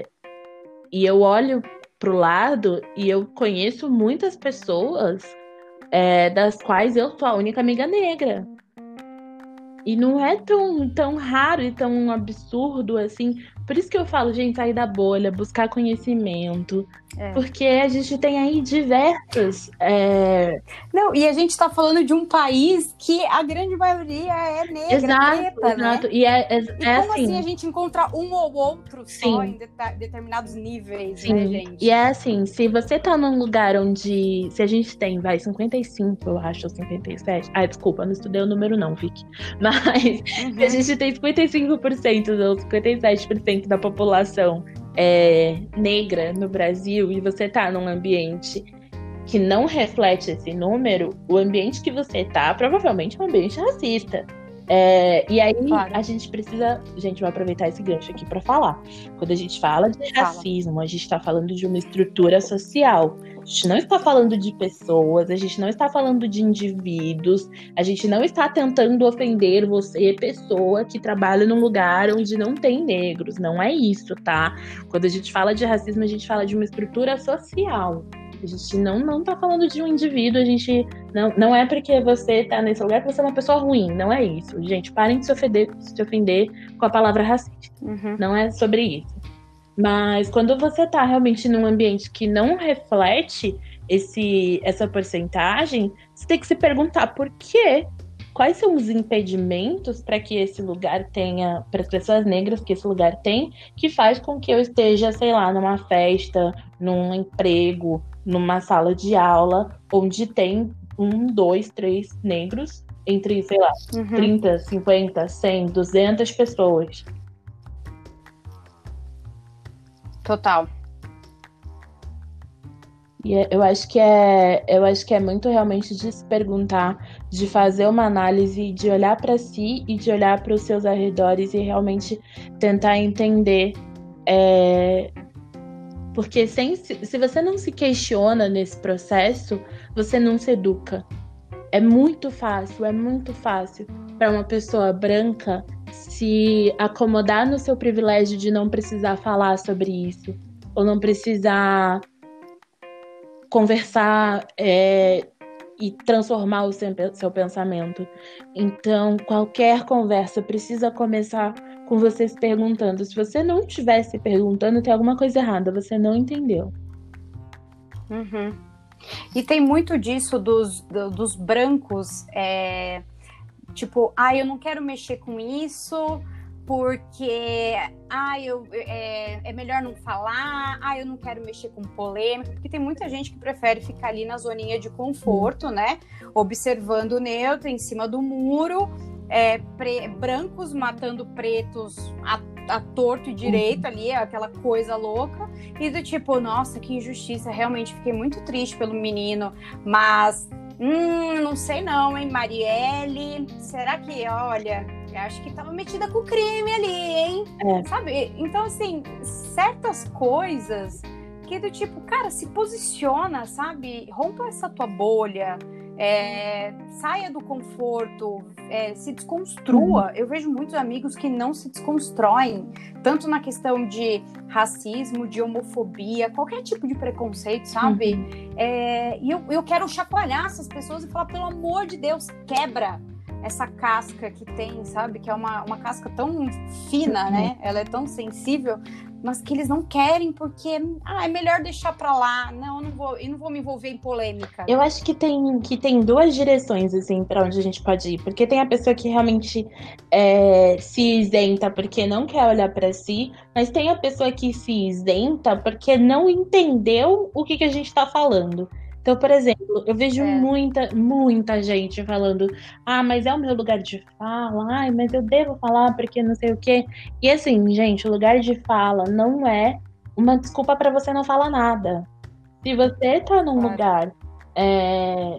e eu olho pro lado e eu conheço muitas pessoas é, das quais eu sou a única amiga negra. E não é tão, tão raro e tão absurdo assim Por isso que eu falo, gente, sair da bolha, buscar conhecimento. É. Porque a gente tem aí diversos... É... Não, e a gente está falando de um país que a grande maioria é negra, exato, preta, exato. né? E, é, é, e é como assim... assim a gente encontra um ou outro Sim. só em de- determinados níveis, Sim. né, gente? E é assim, se você tá num lugar onde... Se a gente tem, vai, cinquenta e cinco, eu acho, ou cinquenta e sete... Ah, desculpa, não estudei o número não, Vicky. Mas Uhum. se a gente tem cinquenta e cinco por cento ou cinquenta e sete por cento da população é, negra no Brasil e você tá num ambiente que não reflete esse número, o ambiente que você tá provavelmente é um ambiente racista. É, e aí claro. A gente precisa, gente, vou aproveitar esse gancho aqui para falar. Quando a gente fala de Fala. racismo, a gente está falando de uma estrutura social. A gente não está falando de pessoas, a gente não está falando de indivíduos, a gente não está tentando ofender você, pessoa que trabalha num lugar onde não tem negros. Não é isso, tá? Quando a gente fala de racismo, a gente fala de uma estrutura social. A gente não, não tá falando de um indivíduo, a gente não, não é porque você tá nesse lugar que você é uma pessoa ruim, não é isso. Gente, parem de se ofender, se ofender com a palavra racista. Uhum. Não é sobre isso. Mas quando você tá realmente num ambiente que não reflete esse, essa porcentagem, você tem que se perguntar por quê? Quais são os impedimentos para que esse lugar tenha, para as pessoas negras que esse lugar tem, que faz com que eu esteja, sei lá, numa festa, num emprego, numa sala de aula, onde tem um, dois, três negros, entre, sei lá, uhum. trinta, cinquenta, cem, duzentas pessoas. Total. E eu acho que é, eu acho que é muito realmente de se perguntar, de fazer uma análise, de olhar para si e de olhar para os seus arredores e realmente tentar entender. É... Porque sem, se você não se questiona nesse processo, você não se educa. É muito fácil, é muito fácil para uma pessoa branca se acomodar no seu privilégio de não precisar falar sobre isso, ou não precisar conversar é, e transformar o seu, seu pensamento. Então, qualquer conversa precisa começar com você se perguntando. Se você não estiver se perguntando, tem alguma coisa errada, você não entendeu. Uhum. E tem muito disso dos, do, dos brancos, é, tipo, ah, eu não quero mexer com isso porque ah, eu, é, é melhor não falar, ah, eu não quero mexer com polêmica, porque tem muita gente que prefere ficar ali na zoninha de conforto, né? Observando o neutro em cima do muro, é, pre, brancos matando pretos a, a torto e direito ali, aquela coisa louca, e do tipo, nossa, que injustiça, realmente fiquei muito triste pelo menino, mas hum, não sei não, hein, Marielle, será que, olha, eu acho que tava metida com crime ali, hein? É. Sabe? Então, assim, certas coisas que do tipo, cara, se posiciona, sabe? Rompa essa tua bolha, é, saia do conforto, é, se desconstrua. Uhum. Eu vejo muitos amigos que não se desconstroem, tanto na questão de racismo, de homofobia, qualquer tipo de preconceito, sabe? Uhum. É, e eu, eu quero chacoalhar essas pessoas e falar, pelo amor de Deus, quebra essa casca que tem, sabe? Que é uma, uma casca tão fina, uhum. né? Ela é tão sensível, mas que eles não querem porque ah, é melhor deixar pra lá. Não, eu não vou, eu não vou me envolver em polêmica. Eu acho que tem, que tem duas direções, assim, pra onde a gente pode ir. Porque tem a pessoa que realmente é, se isenta porque não quer olhar pra si, mas tem a pessoa que se isenta porque não entendeu o que, que a gente tá falando. Então, por exemplo, eu vejo é. muita, muita gente falando ah, mas é o meu lugar de fala, ai, mas eu devo falar porque não sei o quê. E assim, gente, o lugar de fala não é uma desculpa para você não falar nada. Se você tá num claro. lugar... É...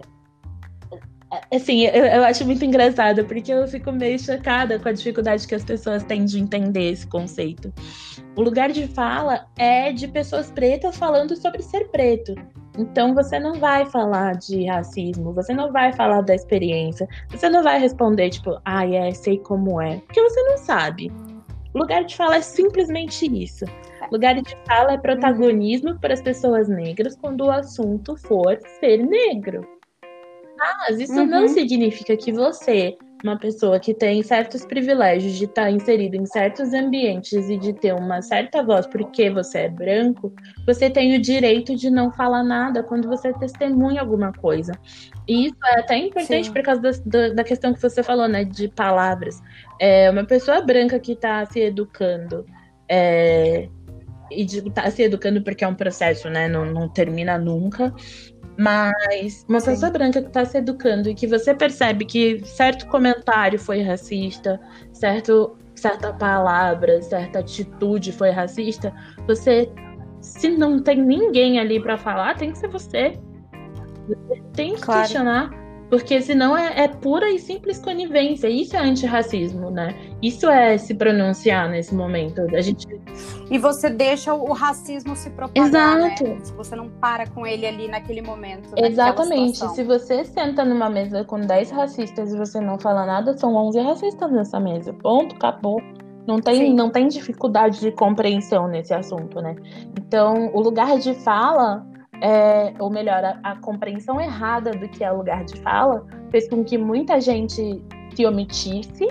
Assim, eu, eu acho muito engraçado, porque eu fico meio chocada com a dificuldade que as pessoas têm de entender esse conceito. O lugar de fala é de pessoas pretas falando sobre ser preto. Então, você não vai falar de racismo, você não vai falar da experiência, você não vai responder, tipo, ah, é, sei como é, porque você não sabe. O lugar de fala é simplesmente isso. O lugar de fala é protagonismo uhum. para as pessoas negras quando o assunto for ser negro. Mas isso uhum. não significa que você, uma pessoa que tem certos privilégios de estar inserido em certos ambientes e de ter uma certa voz porque você é branco, você tem o direito de não falar nada quando você testemunha alguma coisa. E isso é até importante Sim. por causa da, da questão que você falou, né, de palavras. É uma pessoa branca que está se educando, é, e está se educando porque é um processo, né, não, não termina nunca. Mas uma Sim. pessoa branca que está se educando e que você percebe que certo comentário foi racista, certo, certa palavra, certa atitude foi racista, você, se não tem ninguém ali para falar, tem que ser você. Você tem que claro. questionar, porque senão é, é pura e simples conivência. Isso é antirracismo, né? Isso é se pronunciar nesse momento. A gente... E você deixa o racismo se propagar, Exato. né? Se você não para com ele ali naquele momento. Exatamente. Se você senta numa mesa com dez racistas e você não fala nada, são onze racistas nessa mesa. Ponto, acabou. Não tem, não tem dificuldade de compreensão nesse assunto, né? Então, o lugar de fala... É, ou melhor, a, a compreensão errada do que é o lugar de fala fez com que muita gente se omitisse,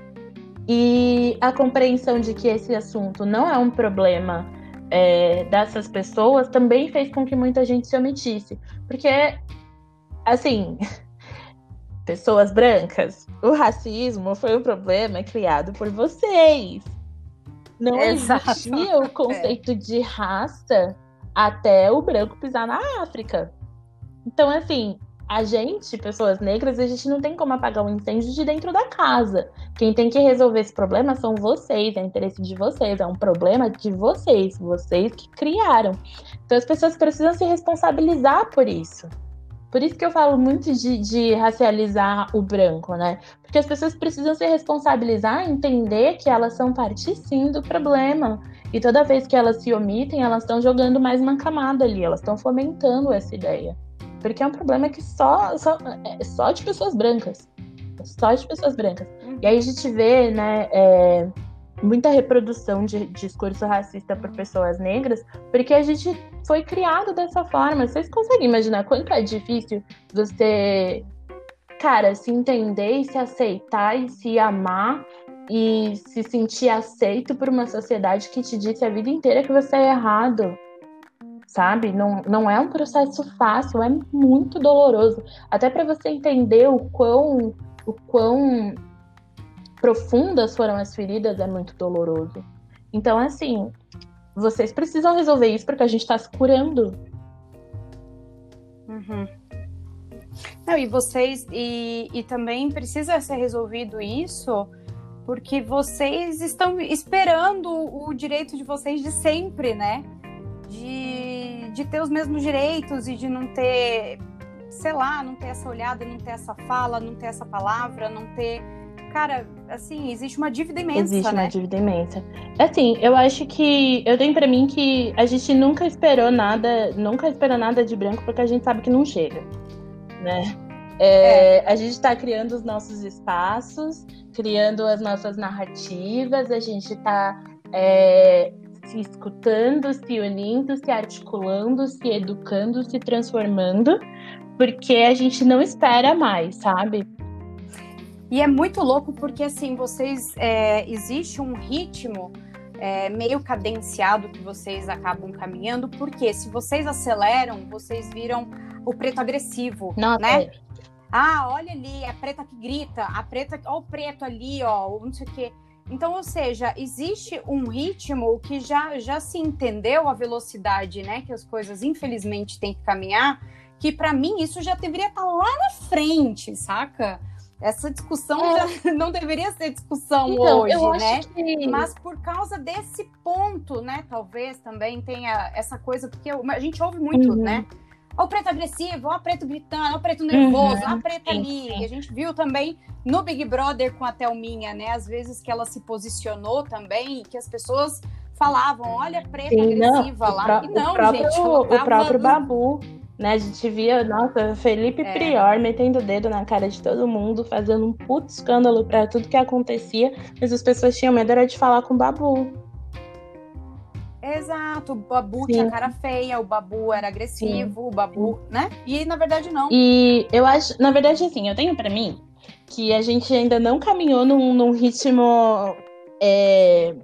e a compreensão de que esse assunto não é um problema é, dessas pessoas também fez com que muita gente se omitisse. Porque, assim, pessoas brancas, o racismo foi um problema criado por vocês. Não Exato. existia o conceito é. de raça até o branco pisar na África. Então, assim, a gente, pessoas negras, a gente não tem como apagar um incêndio de dentro da casa. Quem tem que resolver esse problema são vocês, é interesse de vocês, é um problema de vocês, vocês que criaram. Então, as pessoas precisam se responsabilizar por isso. Por isso que eu falo muito de, de racializar o branco, né? Porque as pessoas precisam se responsabilizar e entender que elas são parte, sim, do problema. E toda vez que elas se omitem, elas estão jogando mais uma camada ali, elas estão fomentando essa ideia. Porque é um problema que só, só, é só de pessoas brancas. É só de pessoas brancas. E aí a gente vê, né, é, muita reprodução de, de discurso racista por pessoas negras, porque a gente foi criado dessa forma. Vocês conseguem imaginar quanto é difícil você, cara, se entender e se aceitar e se amar e se sentir aceito por uma sociedade que te disse a vida inteira que você é errado, sabe? Não, não é um processo fácil, é muito doloroso. Até para você entender o quão, o quão profundas foram as feridas, é muito doloroso. Então, assim, vocês precisam resolver isso porque a gente tá se curando. Uhum. Não, e vocês, e, e também precisa ser resolvido isso porque vocês estão esperando o direito de vocês de sempre, né? De, de ter os mesmos direitos e de não ter, sei lá, não ter essa olhada, não ter essa fala, não ter essa palavra, não ter... Cara, assim, existe uma dívida imensa, existe né? uma dívida imensa. Assim, eu acho que... Eu tenho pra mim que a gente nunca esperou nada, nunca esperou nada de branco porque a gente sabe que não chega, né? É, é. A gente tá criando os nossos espaços, criando as nossas narrativas, a gente tá é, se escutando, se unindo, se articulando, se educando, se transformando, porque a gente não espera mais, sabe? E é muito louco porque, assim, vocês... É, existe um ritmo é, meio cadenciado que vocês acabam caminhando, porque se vocês aceleram, vocês viram o preto agressivo, Nossa, né? É. Ah, olha ali, a preta que grita, a preta, ó o preto ali, ó, não sei o quê. Então, ou seja, existe um ritmo que já, já se entendeu a velocidade, né, que as coisas, infelizmente, têm que caminhar, que para mim isso já deveria estar lá na frente, saca? Essa discussão é. já não deveria ser discussão então, hoje, eu né? Acho que... Mas por causa desse ponto, né, talvez também tenha essa coisa, porque a gente ouve muito, uhum. né? Ó o preto agressivo, ó o preto gritando, ó o preto nervoso, uhum, ó a preta sim, ali. Sim. E a gente viu também no Big Brother com a Thelminha, né? Às vezes que ela se posicionou também, que as pessoas falavam, olha a preta sim, agressiva não, lá. Pro, e não, o próprio, gente, tava... o próprio Babu, né? A gente via, nossa, Felipe é. Prior metendo o dedo na cara de todo mundo, fazendo um puto escândalo pra tudo que acontecia, mas as pessoas tinham medo era de falar com o Babu. Exato, o Babu Sim. tinha cara feia, o Babu era agressivo, Sim. o Babu, né? E na verdade não. E eu acho, na verdade assim, eu tenho pra mim que a gente ainda não caminhou num, num ritmo... É...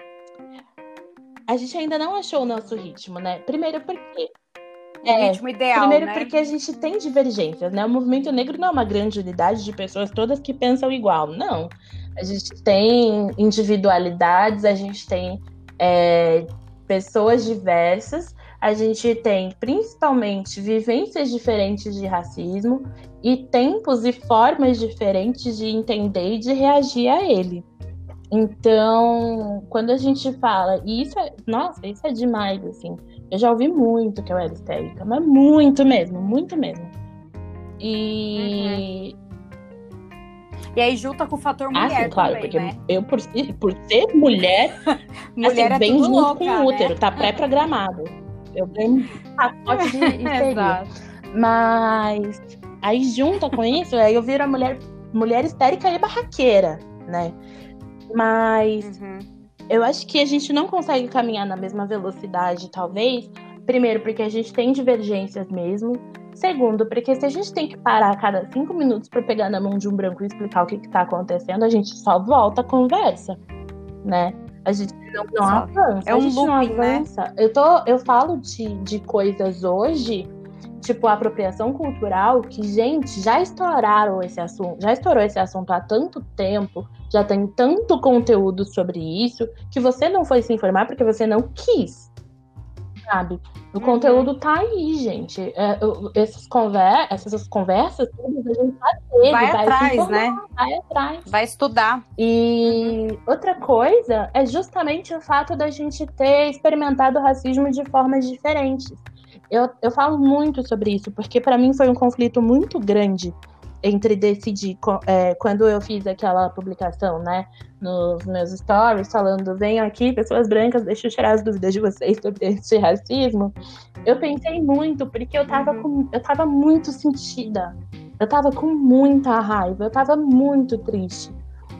A gente ainda não achou o nosso ritmo, né? Primeiro porque... O é, ritmo ideal, primeiro né? porque a gente tem divergências, né? O movimento negro não é uma grande unidade de pessoas todas que pensam igual, não. A gente tem individualidades, a gente tem é, pessoas diversas, a gente tem principalmente vivências diferentes de racismo e tempos e formas diferentes de entender e de reagir a ele. Então, quando a gente fala, e isso é, nossa, isso é demais, assim. Eu já ouvi muito que eu era histérica, mas muito mesmo, muito mesmo. E... Uhum. E aí junta com o fator mulher ah, sim, claro, também, porque né? eu, por, por ser mulher, mulher assim, é vem tudo junto louca, com o útero, né? tá pré-programado. Eu ganho um pacote de histeria. Exato. Mas aí junta com isso, aí eu viro a mulher, mulher histérica e barraqueira, né? Mas uhum. eu acho que a gente não consegue caminhar na mesma velocidade, talvez. Primeiro, porque a gente tem divergências mesmo. Segundo, porque se a gente tem que parar a cada cinco minutos para pegar na mão de um branco e explicar o que está acontecendo, a gente só volta a conversa, né? A gente não, não avança. É um a gente looping, não avança. Né? Eu, tô, eu falo de, de coisas hoje, tipo a apropriação cultural, que, gente, já estouraram esse assunto, já estourou esse assunto há tanto tempo, já tem tanto conteúdo sobre isso, que você não foi se informar porque você não quis, sabe? O uhum. conteúdo tá aí, gente. É, essas, conver- essas conversas, todas a gente já teve, vai, vai atrás, informar, né? Vai atrás. Vai estudar. E uhum. outra coisa é justamente o fato da gente ter experimentado o racismo de formas diferentes. Eu, eu falo muito sobre isso, porque para mim foi um conflito muito grande entre decidir, é, quando eu fiz aquela publicação, né, nos meus stories, falando, venham aqui, pessoas brancas, deixa eu tirar as dúvidas de vocês sobre esse racismo. Eu pensei muito, porque eu tava, uhum. com, eu tava muito sentida, eu tava com muita raiva, eu tava muito triste.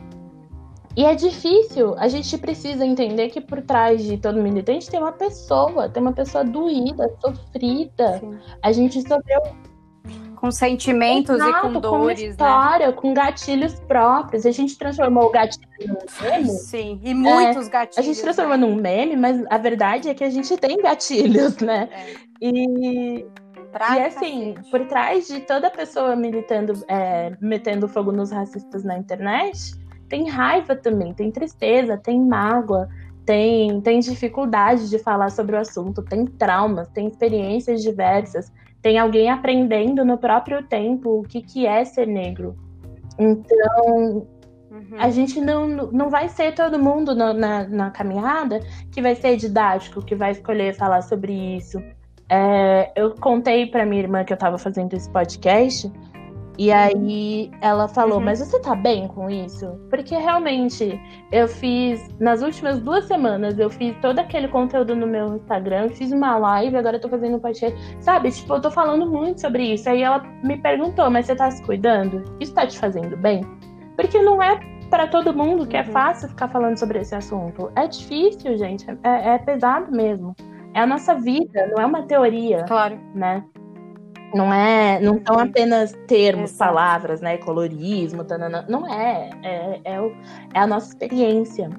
E é difícil, a gente precisa entender que por trás de todo militante tem uma pessoa, tem uma pessoa doída, sofrida. Sim. A gente sofreu com sentimentos Exato, e com dores, com história, né? Com gatilhos próprios. A gente transformou o gatilho num meme. Sim, e muitos é, gatilhos. A gente transformou né? num meme, mas a verdade é que a gente tem gatilhos, né? É. E... Pra e assim, cacete. Por trás de toda pessoa militando, é, metendo fogo nos racistas na internet, tem raiva também, tem tristeza, tem mágoa, tem, tem dificuldade de falar sobre o assunto, tem traumas, tem experiências diversas, tem alguém aprendendo no próprio tempo o que, que é ser negro. Então, uhum. a gente não, não vai ser todo mundo na, na, na caminhada que vai ser didático, que vai escolher falar sobre isso. É, eu contei pra minha irmã que eu tava fazendo esse podcast, e aí ela falou, uhum. mas você tá bem com isso? Porque realmente, eu fiz, nas últimas duas semanas, eu fiz todo aquele conteúdo no meu Instagram, fiz uma live, agora eu tô fazendo um podcast, sabe? Tipo, eu tô falando muito sobre isso. Aí ela me perguntou, mas você tá se cuidando? Isso tá te fazendo bem? Porque não é pra todo mundo que uhum. é fácil ficar falando sobre esse assunto. É difícil, gente, é, é pesado mesmo. É a nossa vida, não é uma teoria, claro. né? Não é, não são apenas termos, Exato. palavras, né? Colorismo, tanana. Não é, é, é, o, é a nossa experiência.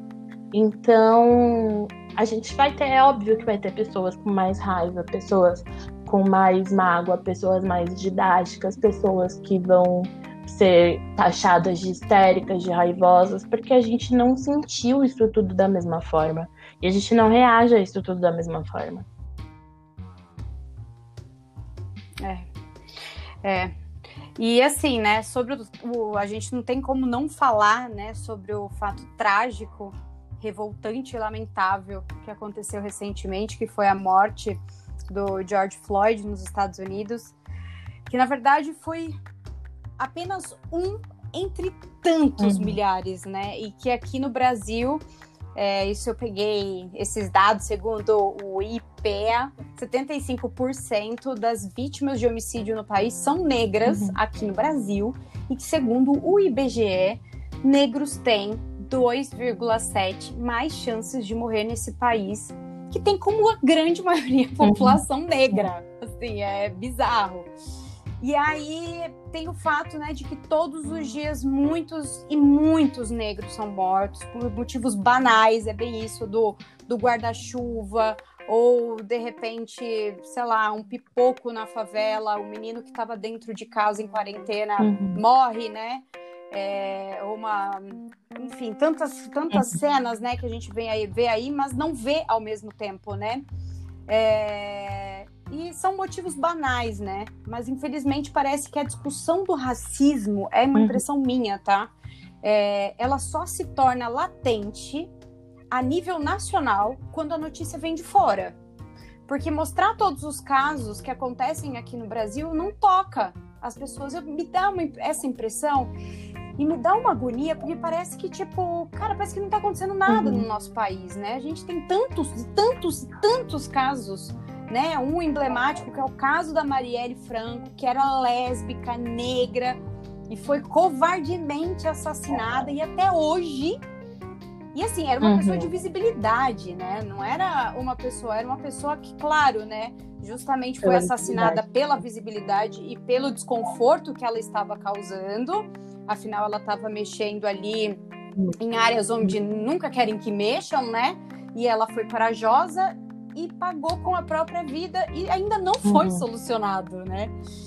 Então, a gente vai ter, é óbvio que vai ter pessoas com mais raiva, pessoas com mais mágoa, pessoas mais didáticas, pessoas que vão ser taxadas de histéricas, de raivosas, porque a gente não sentiu isso tudo da mesma forma. E a gente não reage a isso tudo da mesma forma. É, é. E assim, né, sobre o, o, a gente não tem como não falar, né, sobre o fato trágico, revoltante e lamentável que aconteceu recentemente, que foi a morte do George Floyd nos Estados Unidos, que na verdade foi apenas um entre tantos uhum. milhares, né, e que aqui no Brasil... É, isso eu peguei esses dados, segundo o I P E A, setenta e cinco por cento das vítimas de homicídio no país são negras uhum. aqui no Brasil, e que, segundo o I B G E, negros têm dois vírgula sete mais chances de morrer nesse país, que tem como a grande maioria a população uhum. negra. Assim, é bizarro. E aí tem o fato, né, de que todos os dias muitos e muitos negros são mortos por motivos banais, é bem isso, do, do guarda-chuva, ou de repente, sei lá, um pipoco na favela, o menino que estava dentro de casa em quarentena uhum. morre, né? É, uma, enfim, tantas, tantas uhum. cenas, né, que a gente vê aí, vê aí, mas não vê ao mesmo tempo, né? É... E são motivos banais, né? Mas infelizmente parece que a discussão do racismo, é uma impressão uhum. minha, tá? É... Ela só se torna latente a nível nacional quando a notícia vem de fora. Porque mostrar todos os casos que acontecem aqui no Brasil não toca as pessoas. Eu, me dá uma, essa impressão e me dá uma agonia, porque parece que, tipo, cara, parece que não tá acontecendo nada uhum. no nosso país, né? A gente tem tantos, tantos, tantos casos, né? Um emblemático que é o caso da Marielle Franco, que era lésbica, negra, e foi covardemente assassinada, e até hoje... E assim, era uma uhum. pessoa de visibilidade, né? Não era uma pessoa, era uma pessoa que, claro, né? Justamente foi pela assassinada visibilidade. pela visibilidade e pelo desconforto que ela estava causando. Afinal, ela estava mexendo ali uhum. em áreas onde nunca querem que mexam, né? E ela foi corajosa e pagou com a própria vida e ainda não foi uhum. solucionado, né?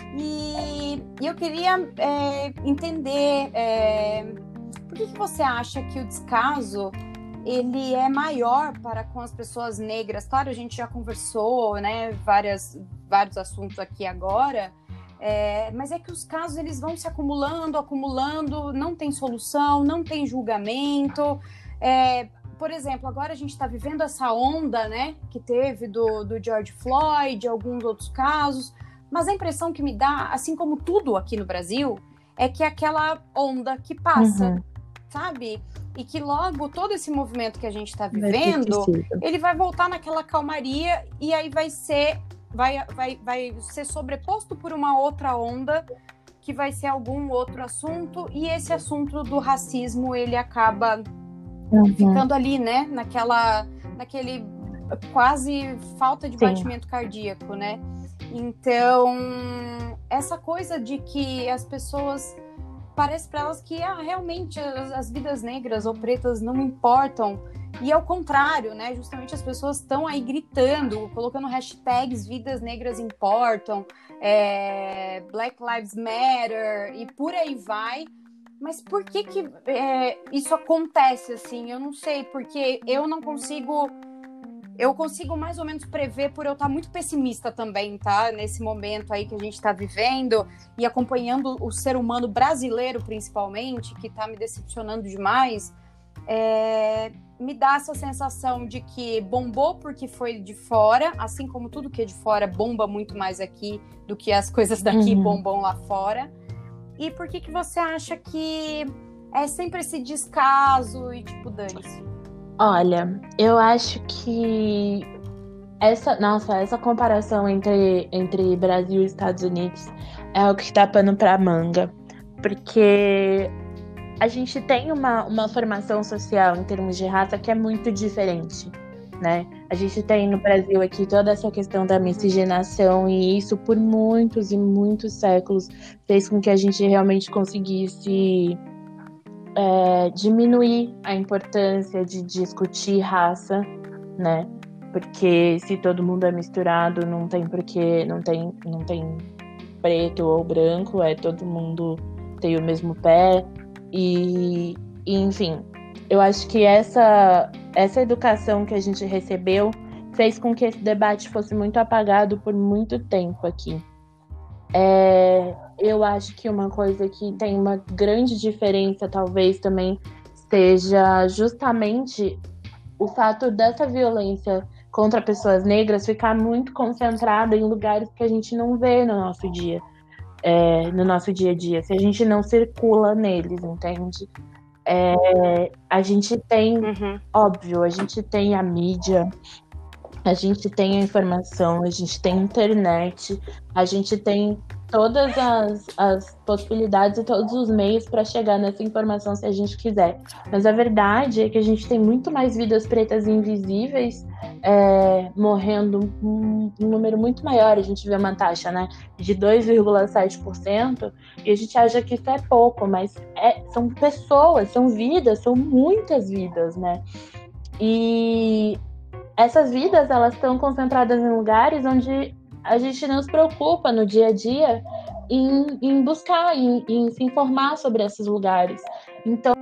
E, e eu queria é, entender... É, por que, que você acha que o descaso ele é maior para com as pessoas negras? Claro, a gente já conversou, né, várias, vários assuntos aqui agora, é, mas é que os casos eles vão se acumulando, acumulando, não tem solução, não tem julgamento. É, por exemplo, agora a gente está vivendo essa onda, né, que teve do, do George Floyd, alguns outros casos, mas a impressão que me dá, assim como tudo aqui no Brasil, é que é aquela onda que passa. Uhum. Sabe? E que logo todo esse movimento que a gente está vivendo, ele vai voltar naquela calmaria e aí vai ser, vai, vai, vai ser sobreposto por uma outra onda que vai ser algum outro assunto, e esse assunto do racismo, ele acaba uhum. ficando ali, né? Naquela, naquele quase falta de Sim. batimento cardíaco, né? Então, essa coisa de que as pessoas... Parece para elas que ah, realmente as, as vidas negras ou pretas não importam. E ao contrário, né? Justamente as pessoas estão aí gritando, colocando hashtags vidas negras importam, é, Black Lives Matter e por aí vai. Mas por que que é, isso acontece assim? Eu não sei, porque eu não consigo... Eu consigo mais ou menos prever por eu estar muito pessimista também, tá? Nesse momento aí que a gente está vivendo e acompanhando o ser humano brasileiro, principalmente, que está me decepcionando demais, é... me dá essa sensação de que bombou porque foi de fora, assim como tudo que é de fora bomba muito mais aqui do que as coisas daqui uhum. bombam lá fora. E por que que você acha que é sempre esse descaso e tipo, dane-se? Olha, eu acho que essa, nossa, essa comparação entre, entre Brasil e Estados Unidos é o que está pano pra manga, porque a gente tem uma, uma formação social em termos de raça que é muito diferente, né? A gente tem no Brasil aqui toda essa questão da miscigenação, e isso por muitos e muitos séculos fez com que a gente realmente conseguisse... É, diminuir a importância de discutir raça, né? Porque se todo mundo é misturado, não tem porquê, não tem, não tem preto ou branco, é todo mundo tem o mesmo pé. E, e enfim, eu acho que essa, essa educação que a gente recebeu fez com que esse debate fosse muito apagado por muito tempo aqui. É, eu acho que uma coisa que tem uma grande diferença, talvez, também seja justamente o fato dessa violência contra pessoas negras ficar muito concentrada em lugares que a gente não vê no nosso dia, é, no nosso dia a dia, se a gente não circula neles, entende? É, a gente tem, uhum. óbvio, a gente tem a mídia, a gente tem a informação, a gente tem internet, a gente tem todas as, as possibilidades e todos os meios para chegar nessa informação se a gente quiser. Mas a verdade é que a gente tem muito mais vidas pretas invisíveis é, morrendo, um, um número muito maior. A gente vê uma taxa, né, de dois vírgula sete por cento e a gente acha que isso é pouco, mas é, são pessoas, são vidas, são muitas vidas, né? E essas vidas, elas estão concentradas em lugares onde a gente não se preocupa no dia a dia em, em buscar, em, em se informar sobre esses lugares. Então,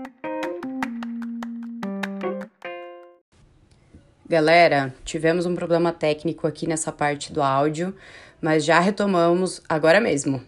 galera, tivemos um problema técnico aqui nessa parte do áudio, mas já retomamos agora mesmo.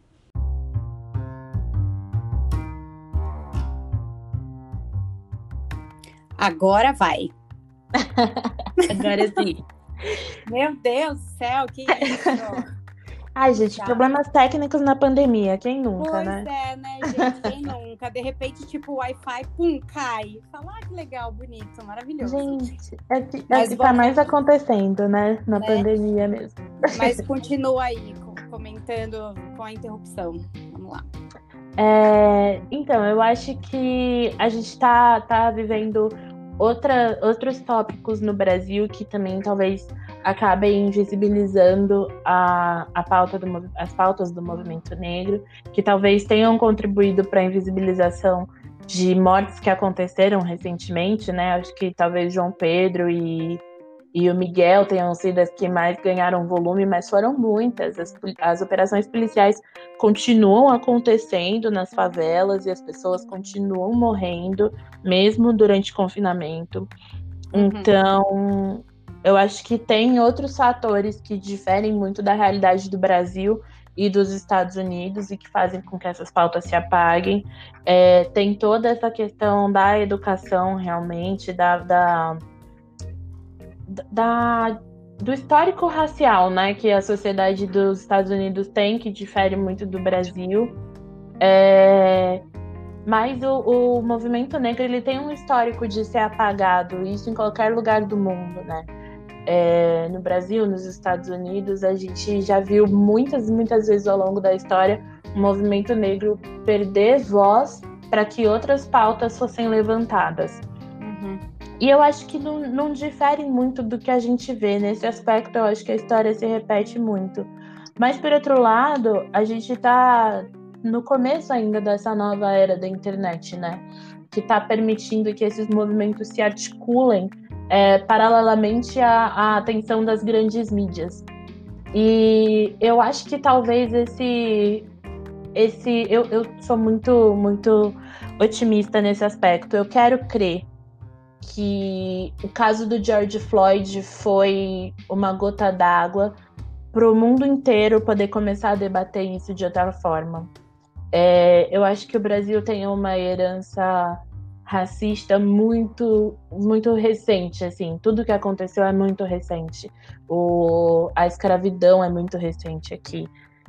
Agora vai. Agora sim. Meu Deus do céu, que isso? Ai, gente, tá. Problemas técnicos na pandemia, quem nunca, pois né? Pois é, né, gente, quem nunca? De repente, tipo, o Wi-Fi, pum, cai. Fala, ah, que legal, bonito, maravilhoso. Gente, é que, é que tá mais acontecendo, né, na né? pandemia mesmo. Mas continua aí, comentando com a interrupção. Vamos lá. É, então, eu acho que a gente tá, tá vivendo outra, outros tópicos no Brasil que também talvez acabem visibilizando a, a pauta do, as pautas do movimento negro, que talvez tenham contribuído para a invisibilização de mortes que aconteceram recentemente, né? Acho que talvez João Pedro e, e o Miguel tenham sido as que mais ganharam volume, mas foram muitas. As, as operações policiais continuam acontecendo nas favelas e as pessoas continuam morrendo, mesmo durante o confinamento. Uhum. Então, eu acho que tem outros fatores que diferem muito da realidade do Brasil e dos Estados Unidos e que fazem com que essas pautas se apaguem. É, tem toda essa questão da educação, realmente, da, da, da, do histórico racial, né, que a sociedade dos Estados Unidos tem, que difere muito do Brasil. É, mas o, o movimento negro, ele tem um histórico de ser apagado, isso em qualquer lugar do mundo, né? É, no Brasil, nos Estados Unidos, a gente já viu muitas, muitas vezes ao longo da história o movimento negro perder voz para que outras pautas fossem levantadas. Uhum. E eu acho que não, não difere muito do que a gente vê nesse aspecto. Eu acho que a história se repete muito. Mas, por outro lado, a gente está no começo ainda dessa nova era da internet, né? Que está permitindo que esses movimentos se articulem É, paralelamente à, à atenção das grandes mídias. E eu acho que talvez esse... esse eu, eu sou muito, muito otimista nesse aspecto. Eu quero crer que o caso do George Floyd foi uma gota d'água para o mundo inteiro poder começar a debater isso de outra forma. É, eu acho que o Brasil tem uma herança racista muito, muito recente, assim, tudo que aconteceu é muito recente. O, a escravidão é muito recente aqui.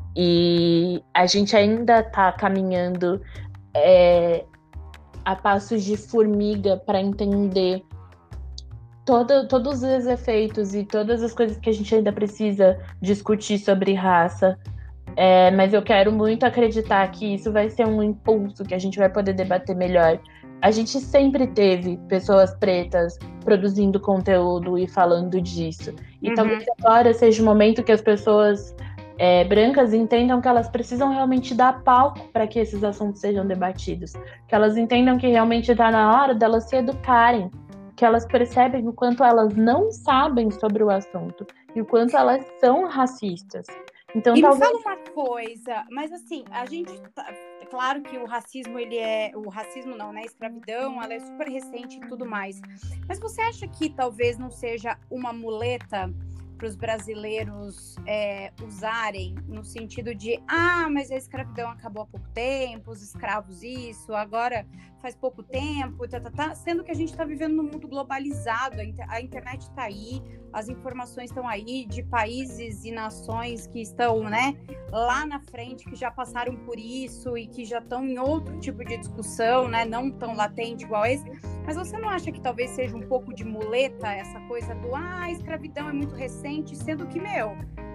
E a gente ainda está caminhando é, a passos de formiga para entender todo, todos os efeitos e todas as coisas que a gente ainda precisa discutir sobre raça. É, mas eu quero muito acreditar que isso vai ser um impulso, que a gente vai poder debater melhor. A gente sempre teve pessoas pretas produzindo conteúdo e falando disso. E uhum. talvez agora seja o momento que as pessoas é, brancas entendam que elas precisam realmente dar palco para que esses assuntos sejam debatidos. Que elas entendam que realmente está na hora delas se educarem. Que elas percebem o quanto elas não sabem sobre o assunto e o quanto elas são racistas. Então, e talvez... me fala uma coisa, mas assim, a gente, tá, é claro que o racismo, ele é, o racismo não, né, a escravidão, ela é super recente e tudo mais, mas você acha que talvez não seja uma muleta para os brasileiros é, usarem, no sentido de, ah, mas a escravidão acabou há pouco tempo, os escravos isso, agora faz pouco tempo, tá, tá, tá, sendo que a gente está vivendo num mundo globalizado, a, inter- a internet está aí, as informações estão aí de países e nações que estão, né, lá na frente, que já passaram por isso e que já estão em outro tipo de discussão, né, não tão latente igual esse, mas você não acha que talvez seja um pouco de muleta essa coisa do, ah, a escravidão é muito recente, sendo que, meu,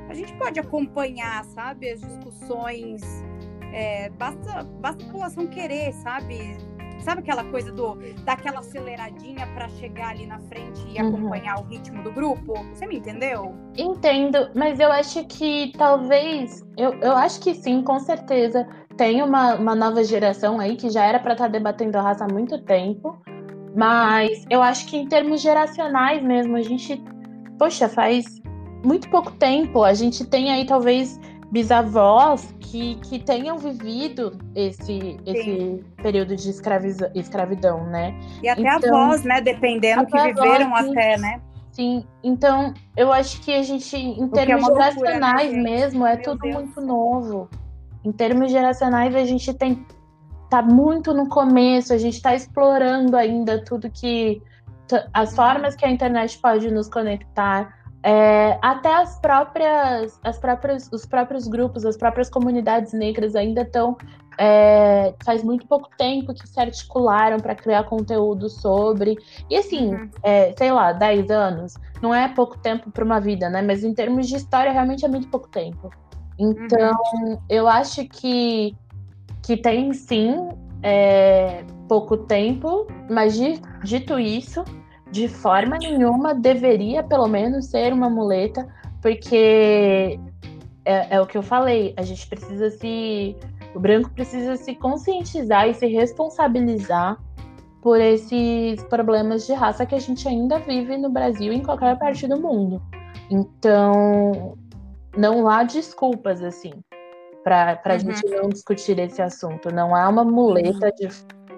a gente pode acompanhar, sabe, as discussões, é, basta, basta a população querer, sabe? Sabe aquela coisa do daquela aceleradinha para chegar ali na frente e Uhum. acompanhar o ritmo do grupo? Você me entendeu? Entendo, mas eu acho que talvez, eu, eu acho que sim, com certeza, tem uma, uma nova geração aí que já era para estar debatendo a raça há muito tempo, mas eu acho que em termos geracionais mesmo, a gente, poxa, faz muito pouco tempo, a gente tem aí talvez bisavós que, que tenham vivido esse, esse período de escraviza, escravidão, né? E até Então, avós, né, dependendo, que até viveram avós, até, né? sim, então eu acho que a gente, em O que é termos uma loucura, né, geracionais gente? mesmo, é Meu tudo Deus. muito novo. Em termos geracionais, a gente tem tá muito no começo, a gente está explorando ainda tudo que t- as formas que a internet pode nos conectar, é, até as próprias, as próprias, os próprios grupos, as próprias comunidades negras ainda estão é, faz muito pouco tempo que se articularam para criar conteúdo sobre. E assim, Uhum. é, sei lá, dez anos, não é pouco tempo para uma vida, né? Mas em termos de história, realmente é muito pouco tempo. Então, Uhum. eu acho que, que tem sim é, pouco tempo, mas di- dito isso, de forma nenhuma deveria pelo menos ser uma muleta, porque é, é o que eu falei, a gente precisa se. O branco precisa se conscientizar e se responsabilizar por esses problemas de raça que a gente ainda vive no Brasil e em qualquer parte do mundo. Então, não há desculpas, assim, para a Uhum. gente não discutir esse assunto. Não há uma muleta de.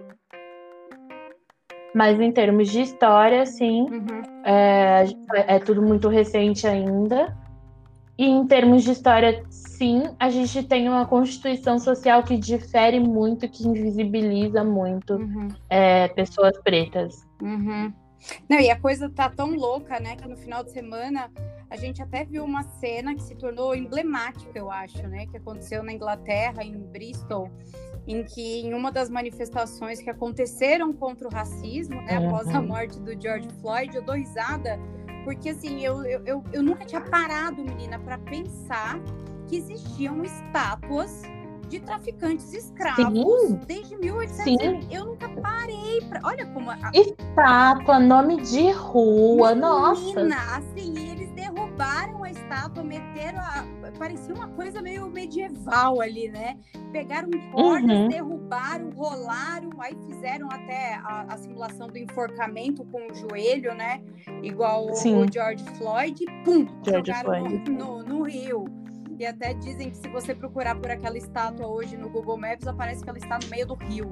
Mas em termos de história, sim, Uhum. é, é tudo muito recente ainda. E em termos de história, sim, a gente tem uma constituição social que difere muito, que invisibiliza muito Uhum. é, pessoas pretas. Uhum. Não, e a coisa tá tão louca, né, que no final de semana a gente até viu uma cena que se tornou emblemática, eu acho, né, que aconteceu na Inglaterra, em Bristol, em que em uma das manifestações que aconteceram contra o racismo, né, Uhum. após a morte do George Floyd, eu dou risada, porque assim, eu, eu, eu, eu nunca tinha parado, menina, para pensar que existiam estátuas de traficantes escravos Sim, desde mil e oitocentos. sim. Eu nunca parei para. Olha como. A... Estátua, nome de rua, Menina, nossa. assim, e eles derrubaram a estátua, meteram a. Parecia uma coisa meio medieval ali, né? Pegaram cordas, Uhum. derrubaram, rolaram, aí fizeram até a, a simulação do enforcamento com o joelho, né? Igual Sim. o George Floyd, e pum, George jogaram Floyd. no, no, no rio. E até dizem que se você procurar por aquela estátua hoje no Google Maps, aparece que ela está no meio do rio.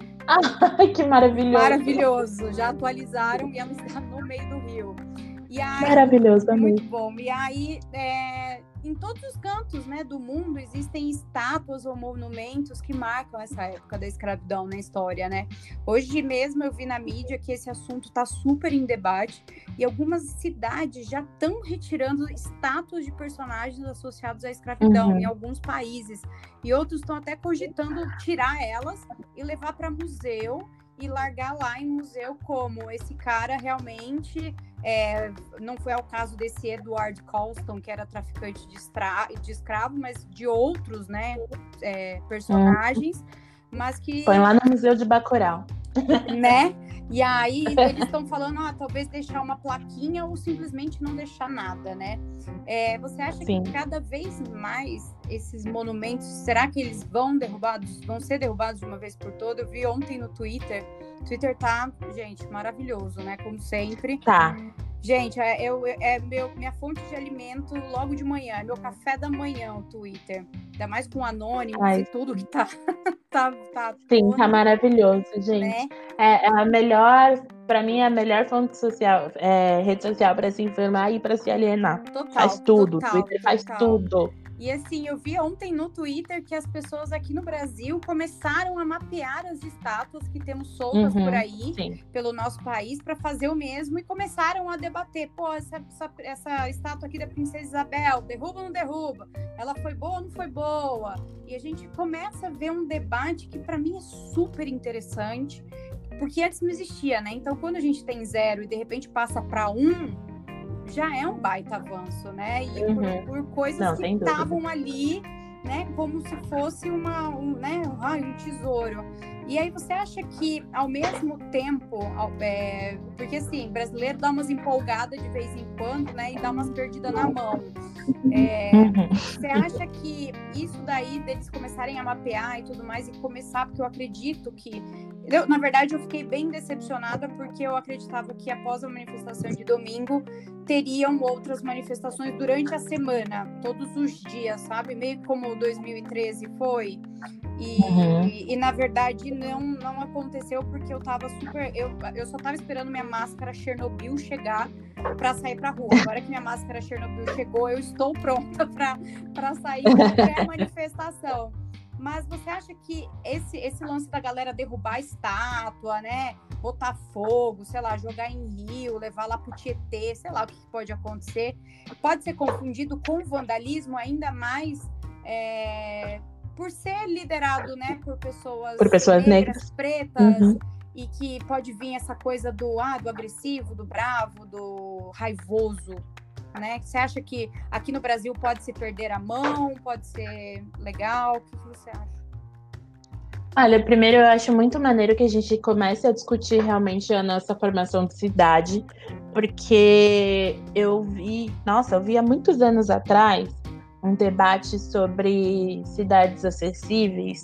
Ai, que maravilhoso. Maravilhoso. Já atualizaram e ela está no meio do rio. E aí, Maravilhoso, amei. muito bom. E aí, é, em todos os cantos, né, do mundo existem estátuas ou monumentos que marcam essa época da escravidão na história, né? Hoje mesmo eu vi na mídia que esse assunto está super em debate e algumas cidades já estão retirando estátuas de personagens associados à escravidão Uhum. em alguns países. E outros estão até cogitando tirar elas e levar para museu e largar lá em museu como esse cara realmente... É, não foi o caso desse Edward Colston, que era traficante de, estra... de escravo, mas de outros, né, é, personagens, hum. mas que... Põe lá no Museu de Bacurau. Né? E aí eles estão falando, ah, talvez deixar uma plaquinha ou simplesmente não deixar nada, né? É, você acha Sim. que cada vez mais esses monumentos, será que eles vão derrubados, vão ser derrubados de uma vez por todas? Eu vi ontem no Twitter, o Twitter tá, gente, maravilhoso, né? Como sempre. Tá. Gente, é, eu, é meu, minha fonte de alimento logo de manhã, é meu café da manhã, o Twitter. Ainda mais com anônimos Ai. e tudo que tá... tá, tá Sim, todo, tá maravilhoso, gente. Né? É, é a melhor, pra mim, é a melhor fonte social, é, rede social pra se informar e pra se alienar. Total, faz tudo, total, o Twitter faz total. tudo. E assim, eu vi ontem no Twitter que as pessoas aqui no Brasil começaram a mapear as estátuas que temos soltas uhum, por aí, sim. pelo nosso país, para fazer o mesmo, e começaram a debater, pô, essa, essa, essa estátua aqui da Princesa Isabel, derruba ou não derruba? Ela foi boa ou não foi boa? E a gente começa a ver um debate que para mim é super interessante, porque antes não existia, né? Então, quando a gente tem zero e de repente passa para um, já é um baita avanço, né? E Uhum. por, por coisas Não, que sem dúvida. estavam ali, né? Como se fosse uma, um, né? um, ai, um tesouro. E aí você acha que, ao mesmo tempo, ao- é, porque assim, brasileiro dá umas empolgadas de vez em quando, né? E dá umas perdidas na mão. É, Uhum. você acha que isso daí deles começarem a mapear e tudo mais e começar, porque eu acredito que eu, na verdade, eu fiquei bem decepcionada porque eu acreditava que após a manifestação de domingo teriam outras manifestações durante a semana, todos os dias, sabe? Meio como dois mil e treze foi. E, Uhum. e na verdade não, não aconteceu porque eu tava super. Eu, eu só tava esperando minha máscara Chernobyl chegar para sair pra rua. Agora que minha máscara Chernobyl chegou, eu estou pronta para sair em qualquer manifestação. Mas você acha que esse, esse lance da galera derrubar a estátua, né? Botar fogo, sei lá, jogar em rio, levar lá pro Tietê, sei lá o que pode acontecer, pode ser confundido com vandalismo, ainda mais é, por ser liderado, né, por pessoas, Por pessoas negras, negras. pretas, Uhum. e que pode vir essa coisa do, ah, do agressivo, do bravo, do raivoso, né? Você acha que aqui no Brasil pode se perder a mão, pode ser legal? O que, que você acha? Olha, primeiro eu acho muito maneiro que a gente comece a discutir realmente a nossa formação de cidade, porque eu vi, nossa, eu vi há muitos anos atrás um debate sobre cidades acessíveis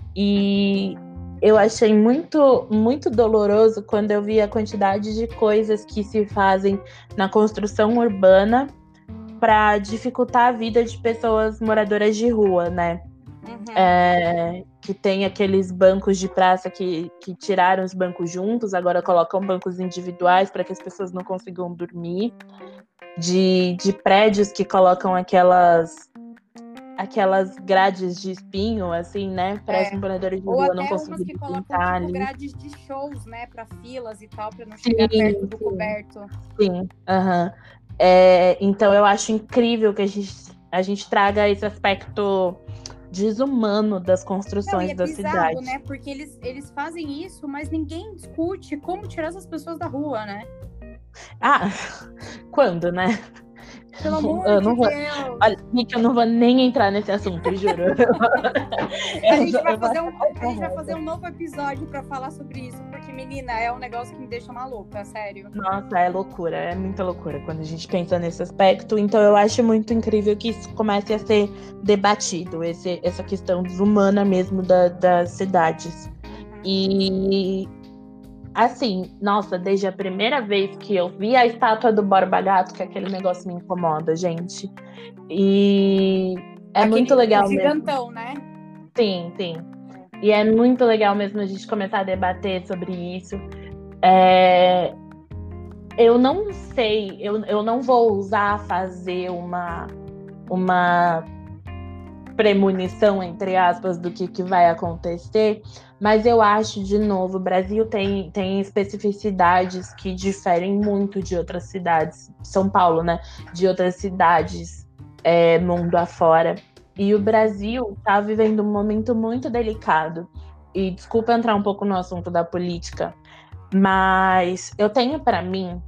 e eu achei muito, muito doloroso quando eu vi a quantidade de coisas que se fazem na construção urbana para dificultar a vida de pessoas moradoras de rua, né? Uhum. É, que tem aqueles bancos de praça que, que tiraram os bancos juntos, agora colocam bancos individuais para que as pessoas não consigam dormir, de, de prédios que colocam aquelas aquelas grades de espinho, assim, né, para É. os moradores de Ou rua não até umas conseguirem que colocam pintar tipo ali. grades de shows, né, para filas e tal, para não Sim, chegar perto do sim. coberto. Sim, aham. É, então eu acho incrível que a gente, a gente traga esse aspecto desumano das Não, e construções é da bizarro, cidade. né? Porque eles, eles fazem isso, mas ninguém discute como tirar essas pessoas da rua, né? Ah, quando, né? Pelo Eu não, amor eu de não vou. Deus. Olha, Nick, eu não vou nem entrar nesse assunto, juro. A Eu, gente vai eu vou fazer um, acabar a gente vai essa fazer um novo episódio pra falar sobre isso, porque, menina, é um negócio que me deixa maluca, sério. Nossa, é loucura, é muita loucura quando a gente pensa nesse aspecto. Então eu acho muito incrível que isso comece a ser debatido, esse, essa questão desumana mesmo da, das cidades. Uhum. E assim, nossa, desde a primeira vez que eu vi a estátua do Borba Gato, que aquele negócio me incomoda, gente. E é Aquele muito legal mesmo. gigantão, né? Sim, sim. E é muito legal mesmo a gente começar a debater sobre isso. É... Eu não sei, eu, eu não vou ousar fazer uma, uma premonição, entre aspas, do que, que vai acontecer, mas eu acho, de novo, o Brasil tem, tem especificidades que diferem muito de outras cidades, São Paulo, né? De outras cidades, é, mundo afora. E o Brasil está vivendo um momento muito delicado. E desculpa entrar um pouco no assunto da política, mas eu tenho para mim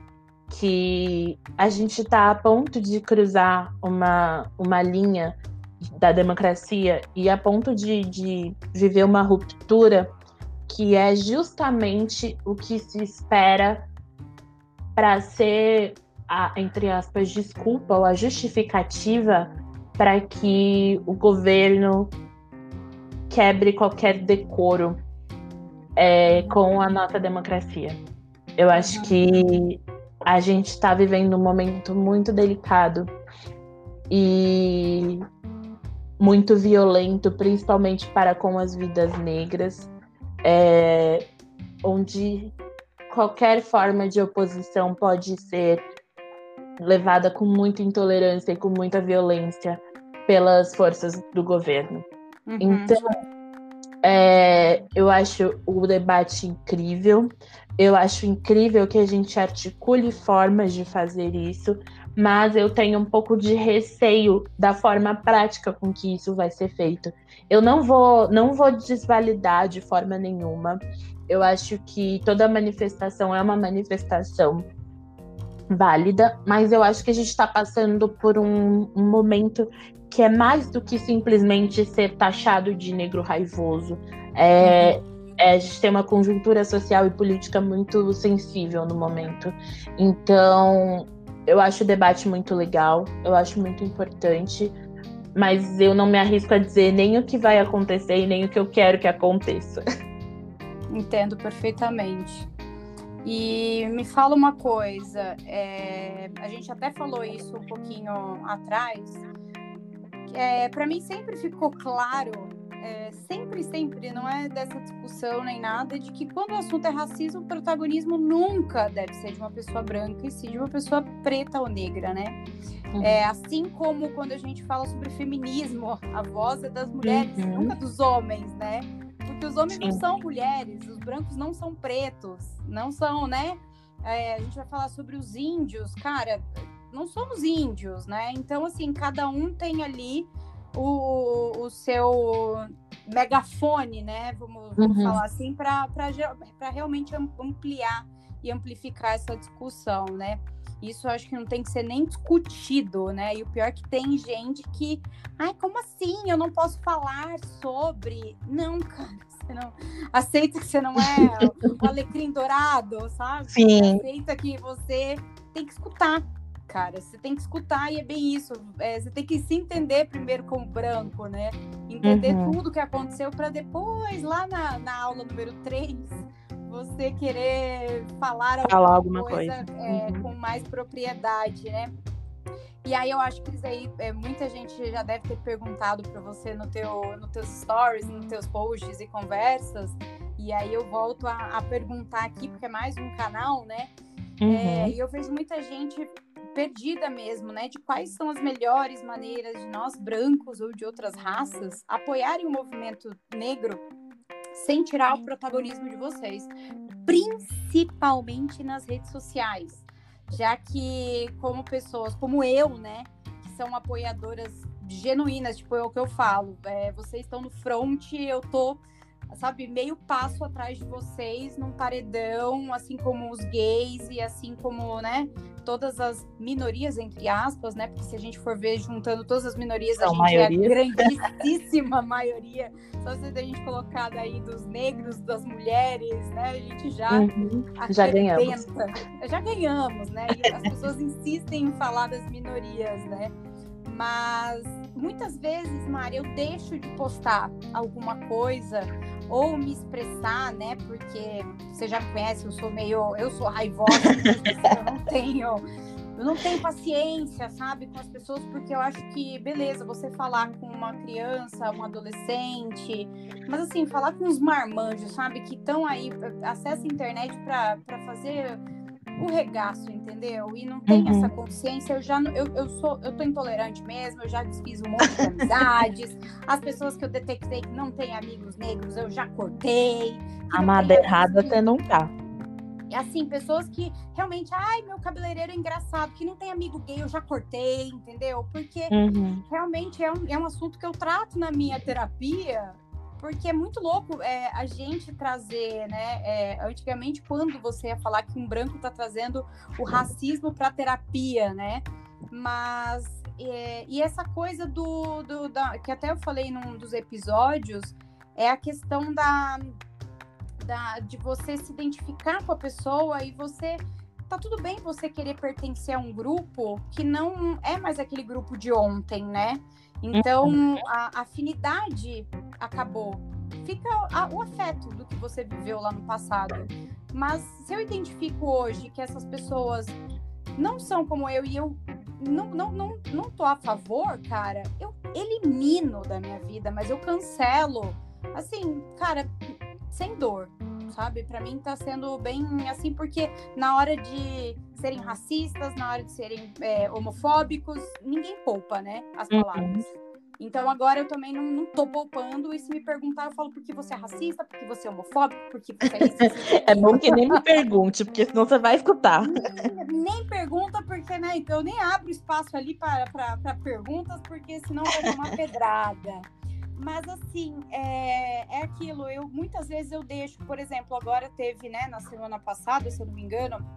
que a gente está a ponto de cruzar uma, uma linha da democracia e a ponto de, de viver uma ruptura que é justamente o que se espera para ser a, entre aspas, desculpa ou a justificativa para que o governo quebre qualquer decoro é, com a nossa democracia. Eu acho que a gente está vivendo um momento muito delicado e muito violento, principalmente para com as vidas negras, é, onde qualquer forma de oposição pode ser levada com muita intolerância e com muita violência pelas forças do governo. Uhum. Então, é, eu acho o debate incrível, eu acho incrível que a gente articule formas de fazer isso, mas eu tenho um pouco de receio da forma prática com que isso vai ser feito. Eu não vou, não vou desvalidar de forma nenhuma. Eu acho que toda manifestação é uma manifestação válida, mas eu acho que a gente está passando por um, um momento que é mais do que simplesmente ser taxado de negro raivoso. É, uhum. é, a gente tem uma conjuntura social e política muito sensível no momento. Então, eu acho o debate muito legal, eu acho muito importante, mas eu não me arrisco a dizer nem o que vai acontecer e nem o que eu quero que aconteça. Entendo perfeitamente. E me fala uma coisa, é, a gente até falou isso um pouquinho atrás, é, para mim sempre ficou claro, é, sempre, sempre, não é dessa discussão nem nada, de que quando o assunto é racismo, o protagonismo nunca deve ser de uma pessoa branca, e sim de uma pessoa preta ou negra, né? Uhum. É, assim como quando a gente fala sobre feminismo, a voz é das mulheres, uhum. nunca dos homens, né? Porque os homens Sim. não são mulheres, os brancos não são pretos, não são, né? É, a gente vai falar sobre os índios, cara, não somos índios, né? Então, assim, cada um tem ali o, o seu megafone, né? Vamos, vamos uhum. falar assim, para realmente ampliar e amplificar essa discussão, né? Isso eu acho que não tem que ser nem discutido, né? E o pior é que tem gente que... Ai, como assim? Eu não posso falar sobre... Não, cara, você não... Aceita que você não é o alecrim dourado, sabe? Sim. Aceita que você tem que escutar, cara. Você tem que escutar e é bem isso. É, você tem que se entender primeiro como branco, né? Entender uhum. tudo que aconteceu para depois, lá na, na aula número três... você querer falar alguma, falar alguma coisa, coisa. É, uhum. com mais propriedade, né? E aí eu acho que isso aí, é, muita gente já deve ter perguntado para você no teu, nos teus stories, nos teus posts e conversas, e aí eu volto a, a perguntar aqui, porque é mais um canal, né? Uhum. É, e eu vejo muita gente perdida mesmo, né? De quais são as melhores maneiras de nós, brancos ou de outras raças, apoiarem o movimento negro sem tirar o protagonismo de vocês, principalmente nas redes sociais, já que como pessoas como eu, né, que são apoiadoras genuínas, tipo, é o que eu falo, é, vocês estão no front, eu tô, sabe, meio passo atrás de vocês num paredão, assim como os gays e assim como, né, todas as minorias, entre aspas, né, porque se a gente for ver juntando todas as minorias, São a gente maioria. é a grandíssima maioria, só se a gente colocar daí dos negros, das mulheres, né, a gente já uhum. já ganhamos. Já ganhamos, né, e as pessoas insistem em falar das minorias, né, mas muitas vezes, Mari, eu deixo de postar alguma coisa ou me expressar, né? Porque você já me conhece, eu sou meio, eu sou raivosa, eu não tenho, eu não tenho paciência, sabe, com as pessoas, porque eu acho que, beleza, você falar com uma criança, um adolescente, mas assim, falar com os marmanjos, sabe, que estão aí, acessa a internet para fazer o regaço, entendeu? E não tem uhum. essa consciência, eu já eu, eu sou, eu tô intolerante mesmo, eu já desfiz um monte de amizades, as pessoas que eu detectei que não têm amigos negros, eu já cortei. Amada errada você não tá. Assim, pessoas que realmente, ai, meu cabeleireiro é engraçado, que não tem amigo gay, eu já cortei, entendeu? Porque uhum. realmente é um, é um assunto que eu trato na minha terapia. Porque é muito louco é, a gente trazer, né? É, antigamente, quando você ia falar que um branco está trazendo o racismo para a terapia, né? Mas, é, e essa coisa do, do da, que até eu falei num dos episódios, é a questão da, da, de você se identificar com a pessoa e você... Tá tudo bem você querer pertencer a um grupo que não é mais aquele grupo de ontem, né? Então, a afinidade acabou. Fica a, o afeto do que você viveu lá no passado. Mas se eu identifico hoje que essas pessoas não são como eu e eu não, não, não, não tô a favor, cara, eu elimino da minha vida, mas eu cancelo. Assim, cara, sem dor, sabe? Pra mim tá sendo bem assim, porque na hora de serem racistas, na hora de serem é, homofóbicos, ninguém poupa, né, as palavras. Uhum. Então agora eu também não, não tô poupando, e se me perguntar, eu falo porque você é racista, porque você é homofóbico, porque você é isso. É bom que nem me pergunte, porque senão você vai escutar. Nem, nem pergunta, porque, né, então eu nem abro espaço ali para, para, para perguntas, porque senão vai tomar pedrada. Mas, assim, é, é aquilo, eu, muitas vezes eu deixo, por exemplo, agora teve, né, na semana passada, se eu não me engano,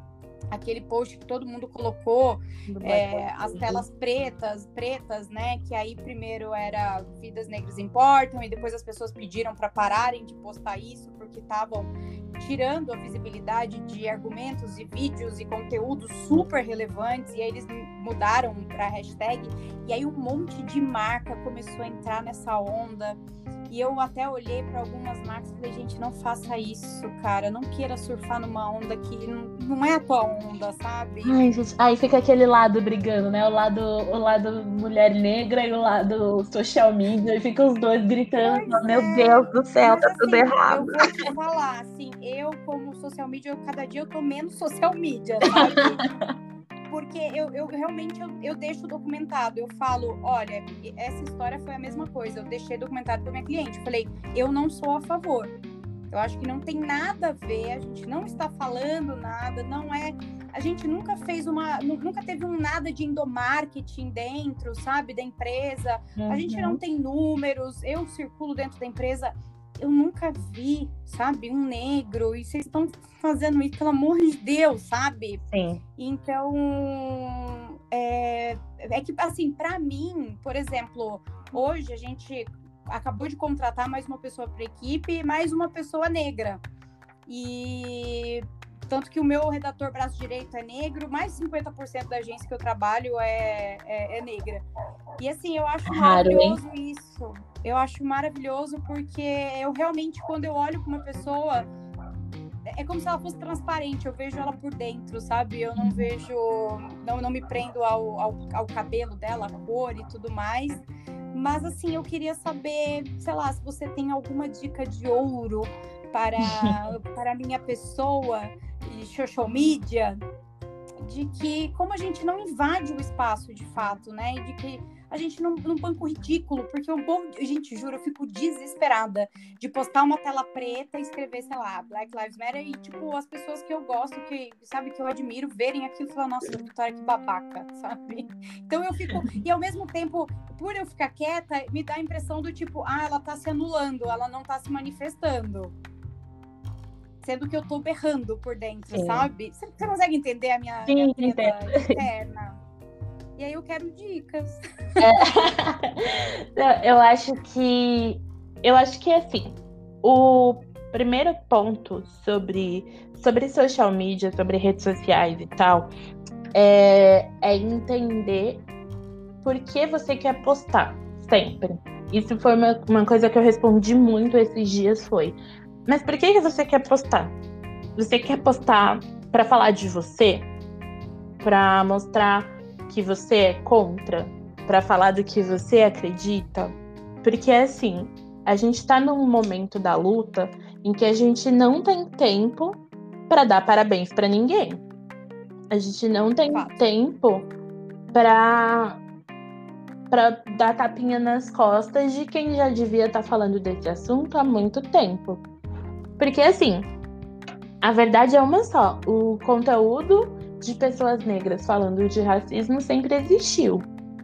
aquele post que todo mundo colocou, Do é, Black as Lives. telas pretas, pretas, né? Que aí primeiro era vidas negras importam e depois as pessoas pediram para pararem de postar isso porque estavam tirando a visibilidade de argumentos e vídeos e conteúdos super relevantes, e aí eles mudaram para a hashtag, e aí um monte de marca começou a entrar nessa onda. E eu até olhei para algumas marcas e falei, gente, não faça isso, cara. Não queira surfar numa onda que não, não é a tua onda, sabe? Ai, gente, aí fica aquele lado brigando, né? O lado, o lado mulher negra e o lado social media, e fica os dois gritando. Pois Meu é. Deus do céu, Mas tá assim, tudo errado. eu vou te falar, assim, eu como social media, eu, cada dia eu tô menos social media, sabe? Porque eu, eu realmente eu, eu deixo documentado. Eu falo, olha, essa história foi a mesma coisa. Eu deixei documentado para minha cliente. Eu falei, eu não sou a favor. Eu acho que não tem nada a ver. A gente não está falando nada. Não é. A gente nunca fez uma. Nunca teve um nada de endomarketing dentro, sabe, da empresa. Uhum. A gente não tem números. Eu circulo dentro da empresa. Eu nunca vi, sabe, um negro, e vocês estão fazendo isso, pelo amor de Deus, sabe? Sim. Então, é, é que, assim, para mim, por exemplo, hoje a gente acabou de contratar mais uma pessoa para a equipe e mais uma pessoa negra. E tanto que o meu redator braço direito é negro, mais cinquenta por cento da agência que eu trabalho é, é, é negra. E assim, eu acho Raro, maravilhoso hein? isso. Eu acho maravilhoso porque eu realmente, quando eu olho para uma pessoa, é como se ela fosse transparente, eu vejo ela por dentro, sabe? Eu não vejo, não, não me prendo ao, ao, ao cabelo dela, a cor e tudo mais. Mas assim, eu queria saber, sei lá, se você tem alguma dica de ouro para, para a minha pessoa e social media, de que como a gente não invade o espaço de fato, né? E de que a gente não, não banca o ridículo, porque o povo, gente, juro, eu fico desesperada de postar uma tela preta e escrever, sei lá, Black Lives Matter, e tipo, as pessoas que eu gosto, que sabe, que eu admiro, verem aquilo e falar, nossa, Vitória, que babaca, sabe? Então eu fico, e ao mesmo tempo, por eu ficar quieta, me dá a impressão do tipo, ah, ela tá se anulando, ela não tá se manifestando. Sendo que eu tô berrando por dentro, Sim. sabe? Você, você consegue entender a minha, Sim, minha treta interna? E aí eu quero dicas. É. Eu acho que... Eu acho que, assim, o primeiro ponto sobre, sobre social media, sobre redes sociais e tal, é, é entender por que você quer postar, sempre. Isso foi uma, uma coisa que eu respondi muito esses dias, foi... Mas por que você quer postar? Você quer postar para falar de você? Para mostrar que você é contra? Para falar do que você acredita? Porque, assim, a gente tá num momento da luta em que a gente não tem tempo para dar parabéns para ninguém. A gente não tem Fato. tempo para para dar tapinha nas costas de quem já devia estar falando desse assunto há muito tempo. Porque, assim, a verdade é uma só. O conteúdo de pessoas negras falando de racismo sempre existiu.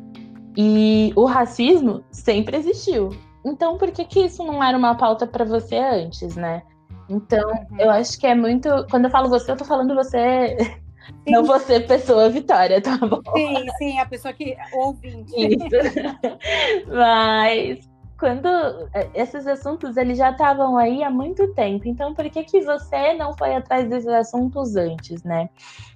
E o racismo sempre existiu. Então, por que que isso não era uma pauta para você antes, né? Então, uhum. eu acho que é muito... Quando eu falo você, eu tô falando você... Sim. Não você, pessoa Vitória, tá bom? Sim, sim, a pessoa que... ouvinte. Isso. Mas... Quando esses assuntos eles já estavam aí há muito tempo, então por que que você não foi atrás desses assuntos antes, né?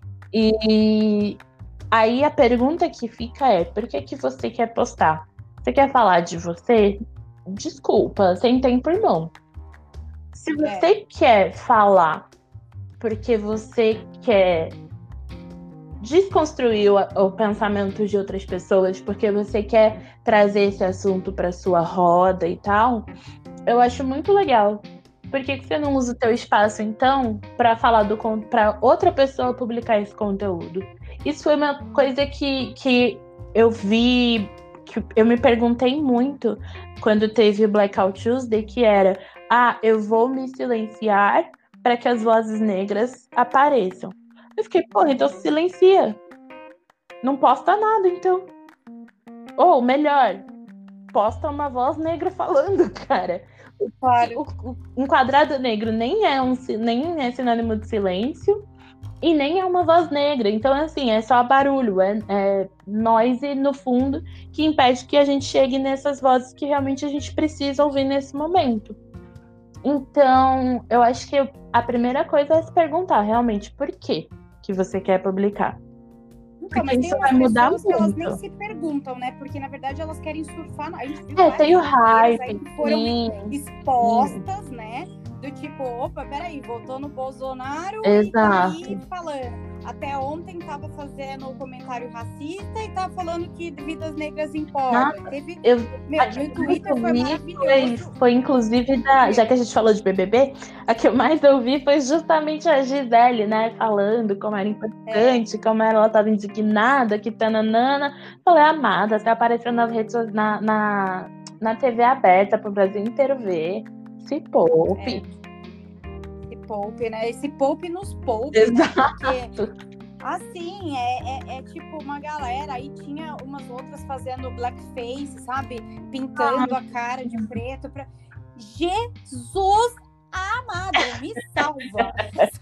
E aí a pergunta que fica é, por que que você quer postar? Você quer falar de você? Desculpa, sem tempo, irmão. Se você é. quer falar porque você quer desconstruir o, o pensamento de outras pessoas, porque você quer trazer esse assunto para sua roda e tal, eu acho muito legal. Por que que você não usa o teu espaço, então, para falar do para outra pessoa publicar esse conteúdo? Isso foi uma coisa que, que eu vi, que eu me perguntei muito quando teve o Blackout Tuesday, que era, ah, eu vou me silenciar para que as vozes negras apareçam. Eu fiquei, porra, então silencia. Não posta nada, então. Ou, melhor, posta uma voz negra falando, cara. Claro. O, o, um quadrado negro nem é, um, nem é sinônimo de silêncio. E nem é uma voz negra, então assim, é só barulho, é, é noise no fundo que impede que a gente chegue nessas vozes que realmente a gente precisa ouvir nesse momento. Então, eu acho que a primeira coisa é se perguntar realmente por que que você quer publicar. Então, mas tem umas pessoas que elas nem se perguntam, né? Porque, na verdade, elas querem surfar. A gente viu é, tem o hype, aí que foram sim, expostas, sim. né? Do tipo, opa, peraí, votou no Bolsonaro e tá aí falando. Até ontem tava fazendo um comentário racista e tava falando que vidas negras importam. Teve, eu, meu, no Twitter foi maravilhoso. Foi, foi inclusive, da, já que a gente falou de B B B, a que eu mais ouvi foi justamente a Gisele, né? Falando como era importante, é. como ela tava indignada, que tananana. Falei, amada, você apareceu nas redes, na, na, na T V aberta pro Brasil inteiro ver. Se poupe. É. Se poupe, né? E se poupe nos poupe, Exato. Né? Porque, assim, é, é, é tipo uma galera, aí tinha umas outras fazendo blackface, sabe? Pintando a cara de preto. Pra... Jesus amado, me salva.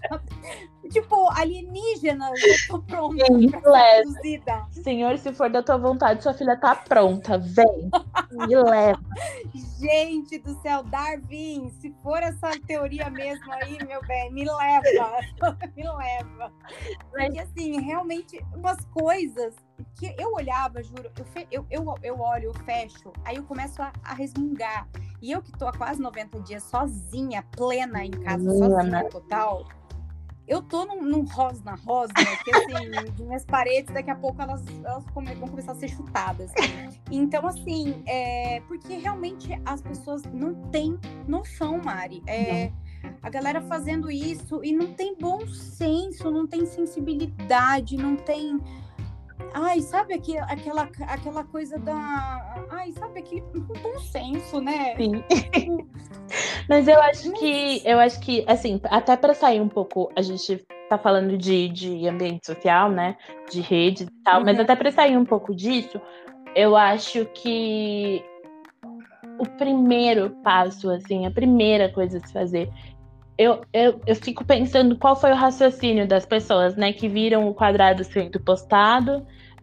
Tipo, alienígenas, eu tô pronta Sim, pra ser seduzida. Senhor, se for da tua vontade, sua filha tá pronta, vem, me leva. Gente do céu, Darwin, se for essa teoria mesmo aí, meu bem, me leva, me leva. Porque assim, realmente, umas coisas que eu olhava, juro, eu, fe, eu, eu, eu olho, eu fecho, aí eu começo a, a resmungar. E eu que tô há quase noventa dias sozinha, plena em casa, sozinha, total... Eu tô num, num rosna, rosna, que assim, minhas paredes, daqui a pouco elas, elas come, vão começar a ser chutadas. Então, assim, é, porque realmente as pessoas não têm noção, Mari. É, a galera fazendo isso e não tem bom senso, não tem sensibilidade, não tem... Ai, sabe aqui, aquela, aquela coisa da... Ai, sabe aquele bom senso, né? Sim. Mas eu acho que, eu acho que, assim, até para sair um pouco, a gente tá falando de, de ambiente social, né? De redes e tal, uhum. Mas até para sair um pouco disso, eu acho que o primeiro passo, assim, a primeira coisa a se fazer, eu, eu, eu fico pensando qual foi o raciocínio das pessoas, né? Que viram o quadrado sendo postado,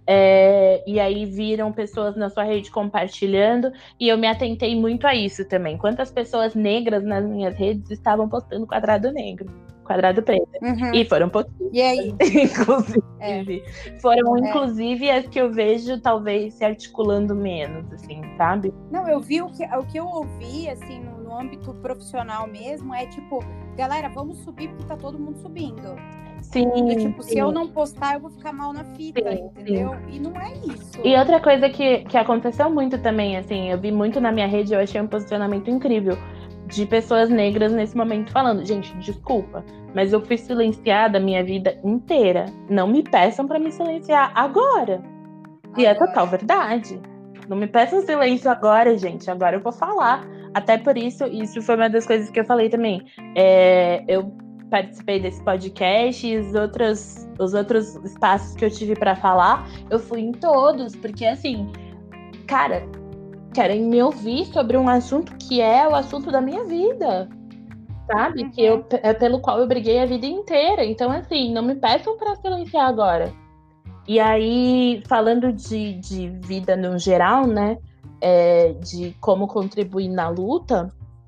É, e aí viram pessoas na sua rede compartilhando, e eu me atentei muito a isso também. Quantas pessoas negras nas minhas redes estavam postando quadrado negro, quadrado preto. Uhum. E foram pouquinhos. E aí? inclusive. É. Foram, inclusive, é. as que eu vejo talvez se articulando menos, assim, sabe? Não, eu vi o que, o que eu ouvi, assim, no, no âmbito profissional mesmo, é tipo, galera, vamos subir porque tá todo mundo subindo. Sim, do, tipo, sim. se eu não postar, eu vou ficar mal na fita, sim, entendeu? Sim. E não é isso. E outra coisa que, que aconteceu muito também, assim, eu vi muito na minha rede, eu achei um posicionamento incrível de pessoas negras nesse momento falando, gente, desculpa, mas eu fui silenciada a minha vida inteira. Não me peçam pra me silenciar agora. E agora. É total verdade. Não me peçam silêncio agora, gente. Agora eu vou falar. Até por isso, isso foi uma das coisas que eu falei também. É, eu participei desse podcast e os outros, os outros espaços que eu tive para falar, eu fui em todos, porque assim, cara, querem me ouvir sobre um assunto que é o assunto da minha vida, sabe? Uhum. Que eu, é pelo qual eu briguei a vida inteira. Então, assim, não me peçam para silenciar agora. E aí, falando de, de vida no geral, né? É, de como contribuir na luta,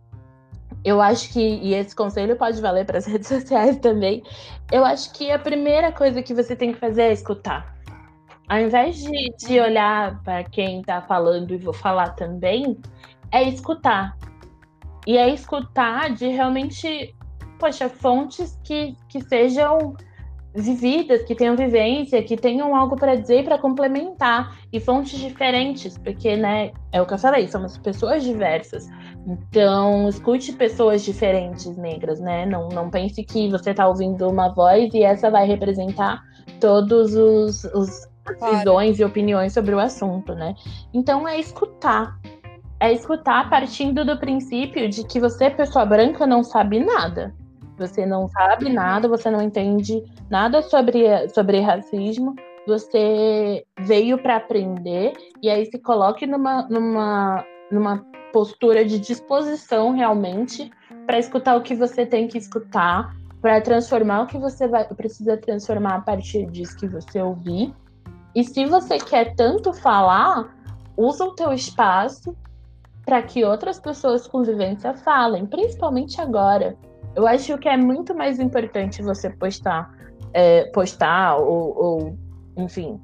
eu acho que, e esse conselho pode valer para as redes sociais também, eu acho que a primeira coisa que você tem que fazer é escutar. Ao invés de, de olhar para quem está falando e vou falar também, é escutar. E é escutar de realmente, poxa, fontes que, que sejam vividas, que tenham vivência, que tenham algo para dizer e para complementar, e fontes diferentes, porque, né, é o que eu falei, somos pessoas diversas, então escute pessoas diferentes negras, né, não, não pense que você está ouvindo uma voz e essa vai representar todos os, os claro. visões e opiniões sobre o assunto, né, então é escutar, é escutar partindo do princípio de que você, pessoa branca, não sabe nada. Você não sabe nada, você não entende nada sobre, sobre racismo, você veio para aprender, e aí se coloque numa, numa, numa postura de disposição realmente para escutar o que você tem que escutar, para transformar o que você vai, precisa transformar a partir disso que você ouvir. E se você quer tanto falar, usa o teu espaço para que outras pessoas com vivência falem, principalmente agora. Eu acho que é muito mais importante você postar, é, postar ou, ou, enfim,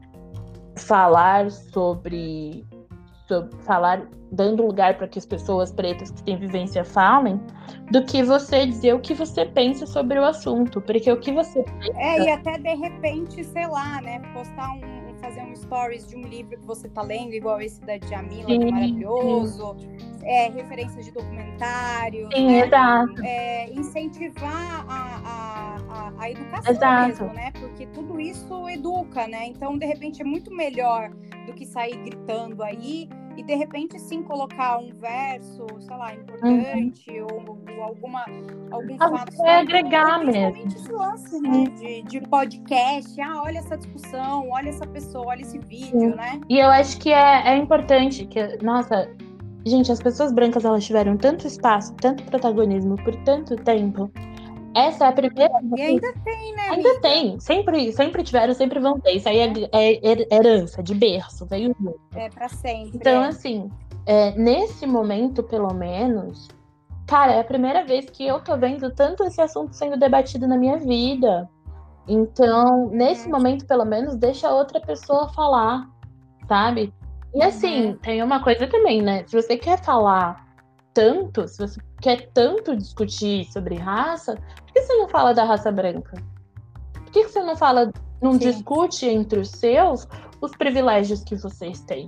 falar sobre, sobre falar, dando lugar para que as pessoas pretas que têm vivência falem, do que você dizer o que você pensa sobre o assunto, porque o que você pensa... É, e até de repente, sei lá, né, postar um, fazer um stories de um livro que você tá lendo, igual esse da Djamila, que é maravilhoso, é, referências de documentários, sim, né? Exato. É, incentivar a, a, a, a educação Exato. mesmo, né, porque tudo isso educa, né, então de repente é muito melhor do que sair gritando aí, e de repente sim colocar um verso, sei lá, importante, uhum. ou, ou alguma algum ah, fato vai agregar principalmente mesmo. esse lance, né, de, de podcast, ah, olha essa discussão, olha essa pessoa, olha esse vídeo, sim. né? E eu acho que é, é importante que, nossa, gente, as pessoas brancas, elas tiveram tanto espaço, tanto protagonismo por tanto tempo. Essa é a primeira vez. E ainda tem, né, Ainda amiga? tem. Sempre, sempre tiveram, sempre vão ter. Isso aí é, é, é herança, de berço, veio junto. É pra sempre. Então, é. assim, é, nesse momento, pelo menos, cara, é a primeira vez que eu tô vendo tanto esse assunto sendo debatido na minha vida. Então, nesse uhum. momento, pelo menos, deixa outra pessoa falar, sabe? E assim, uhum. tem uma coisa também, né? Se você quer falar tanto, se você quer tanto discutir sobre raça, por que você não fala da raça branca? Por que você não fala, não Sim. discute entre os seus os privilégios que vocês têm?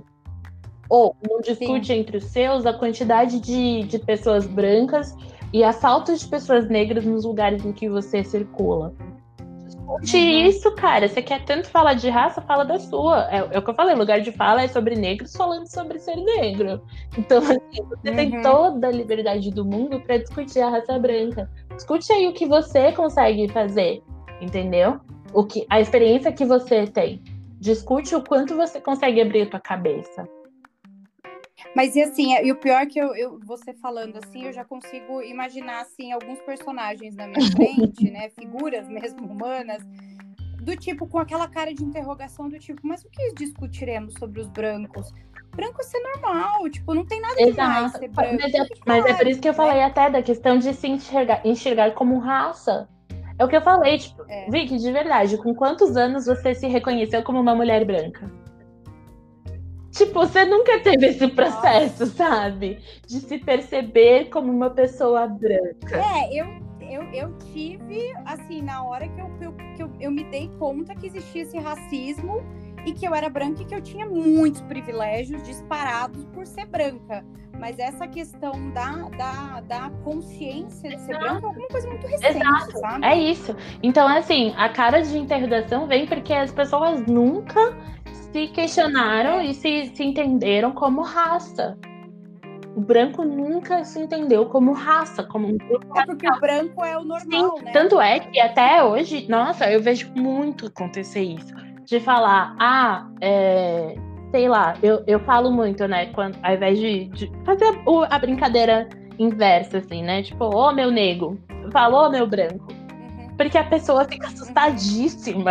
Ou não discute Sim. entre os seus a quantidade de, de pessoas brancas e a falta de pessoas negras nos lugares em que você circula? Discute uhum. isso, cara. Você quer tanto falar de raça, fala da sua. É, é o que eu falei, lugar de fala é sobre negros falando sobre ser negro. Então, assim, você uhum. tem toda a liberdade do mundo para discutir a raça branca. Discute aí o que você consegue fazer, entendeu? O que, a experiência que você tem. Discute o quanto você consegue abrir a tua cabeça. Mas e assim, e o pior que eu, eu, você falando assim, eu já consigo imaginar assim, alguns personagens na minha frente, né? Figuras mesmo humanas, do tipo, com aquela cara de interrogação do tipo, mas o que discutiremos sobre os brancos? Branco é ser normal, tipo, não tem nada demais ser branco. Mas é, mas é por isso que eu falei, né? Até da questão de se enxergar, enxergar como raça. É o que eu falei, tipo, é. Vicky, de verdade, com quantos anos você se reconheceu como uma mulher branca? Tipo, você nunca teve esse processo, Nossa. sabe? De se perceber como uma pessoa branca. É, eu, eu, eu tive, assim, na hora que, eu, que, eu, que eu, eu me dei conta que existia esse racismo e que eu era branca e que eu tinha muitos privilégios disparados por ser branca. Mas essa questão da, da, da consciência de Exato. ser branca é alguma coisa muito recente, Exato. sabe? É isso. Então, assim, a cara de interrogação vem porque as pessoas nunca se questionaram e se, se entenderam como raça. O branco nunca se entendeu como raça, como um grupo É porque racial. O branco é o normal, Sim, né? Tanto é que até hoje, nossa, eu vejo muito acontecer isso. De falar, ah, é, sei lá, eu, eu falo muito, né? Quando, ao invés de, de fazer a, a brincadeira inversa, assim, né? Tipo, ô, oh, meu nego. Eu falo, ô, oh, meu branco. Porque a pessoa fica assustadíssima.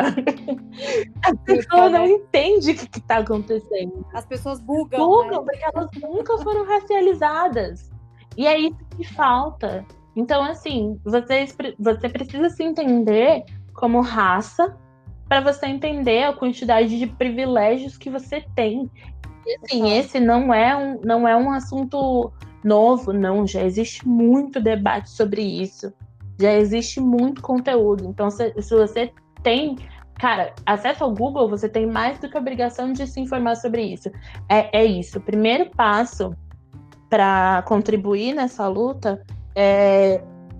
A pessoa não entende o que, que tá acontecendo. As pessoas bugam, Bugam, né? porque elas nunca foram racializadas. E é isso que falta. Então, assim, vocês, você precisa se entender como raça para você entender a quantidade de privilégios que você tem. E, assim, esse não é, um, não é um assunto novo, não. Já existe muito debate sobre isso. Já existe muito conteúdo. Então, se, se você tem, cara, acesso ao Google, você tem mais do que a obrigação de se informar sobre isso. É, é isso. O primeiro passo para contribuir nessa luta é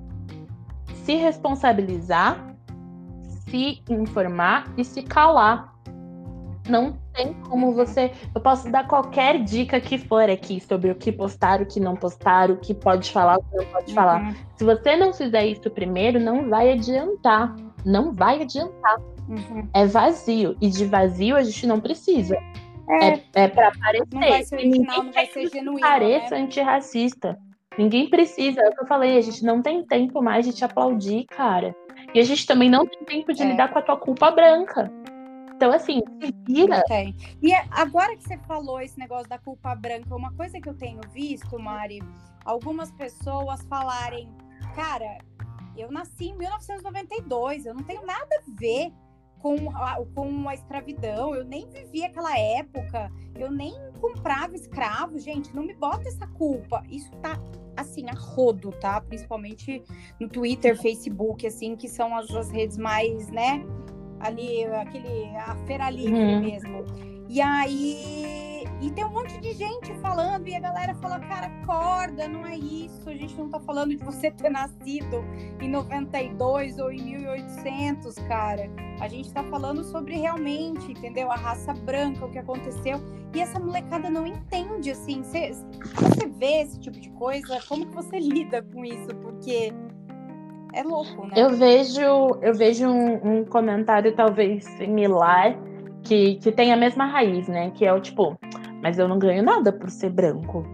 se responsabilizar, se informar e se calar. Não tem como você... Eu posso dar qualquer dica que for aqui sobre o que postar, o que não postar, o que pode falar, o que não pode uhum. falar. Se você não fizer isso primeiro, não vai adiantar. Não vai adiantar. Uhum. É vazio. E de vazio a gente não precisa. É, é, é pra aparecer. Não vai ser original, não vai ser genuíno, pareça né? antirracista. Ninguém precisa. É o que eu falei, a gente não tem tempo mais de te aplaudir, cara. E a gente também não tem tempo de É. lidar com a tua culpa branca. Então, assim, se vira. Tem. E agora que você falou esse negócio da culpa branca, uma coisa que eu tenho visto, Mari, algumas pessoas falarem, cara, eu nasci em mil novecentos e noventa e dois, eu não tenho nada a ver com a, com a escravidão, eu nem vivi aquela época, eu nem comprava escravo, gente, não me bota essa culpa. Isso tá, assim, a rodo, tá? Principalmente no Twitter, Facebook, assim, que são as, as redes mais, né? Ali, aquele, a feira livre Uhum. mesmo. E aí, e tem um monte de gente falando, e a galera fala, cara, acorda, não é isso, a gente não tá falando de você ter nascido em noventa e dois ou em mil e oitocentos, cara. A gente tá falando sobre realmente, entendeu? A raça branca, o que aconteceu. E essa molecada não entende, assim, você, você vê esse tipo de coisa, como que você lida com isso? Porque é louco, né? Eu vejo, eu vejo um, um comentário talvez similar que, que tem a mesma raiz, né? Que é o tipo, mas eu não ganho nada por ser branco.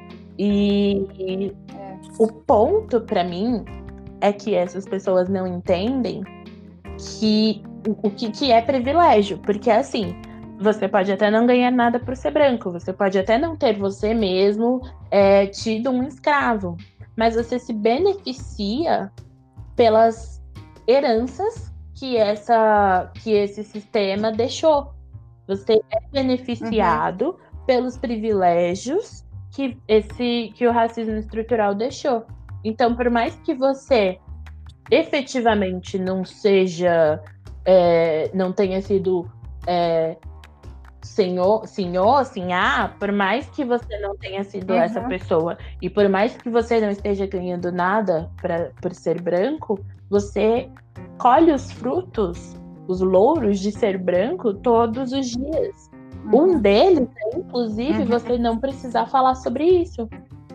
E, e É. o ponto pra mim é que essas pessoas não entendem que o, o que, que é privilégio. Porque assim, você pode até não ganhar nada por ser branco, você pode até não ter você mesmo é, tido um escravo, mas você se beneficia pelas heranças que, essa, que esse sistema deixou. Você é beneficiado uhum. pelos privilégios que, esse, que o racismo estrutural deixou. Então, por mais que você efetivamente não seja, é, não tenha sido é, senhor, senhor, senhor, por mais que você não tenha sido uhum. essa pessoa e por mais que você não esteja ganhando nada pra, por ser branco, você colhe os frutos, os louros de ser branco todos os dias. Uhum. Um deles é, inclusive, uhum. você não precisar falar sobre isso.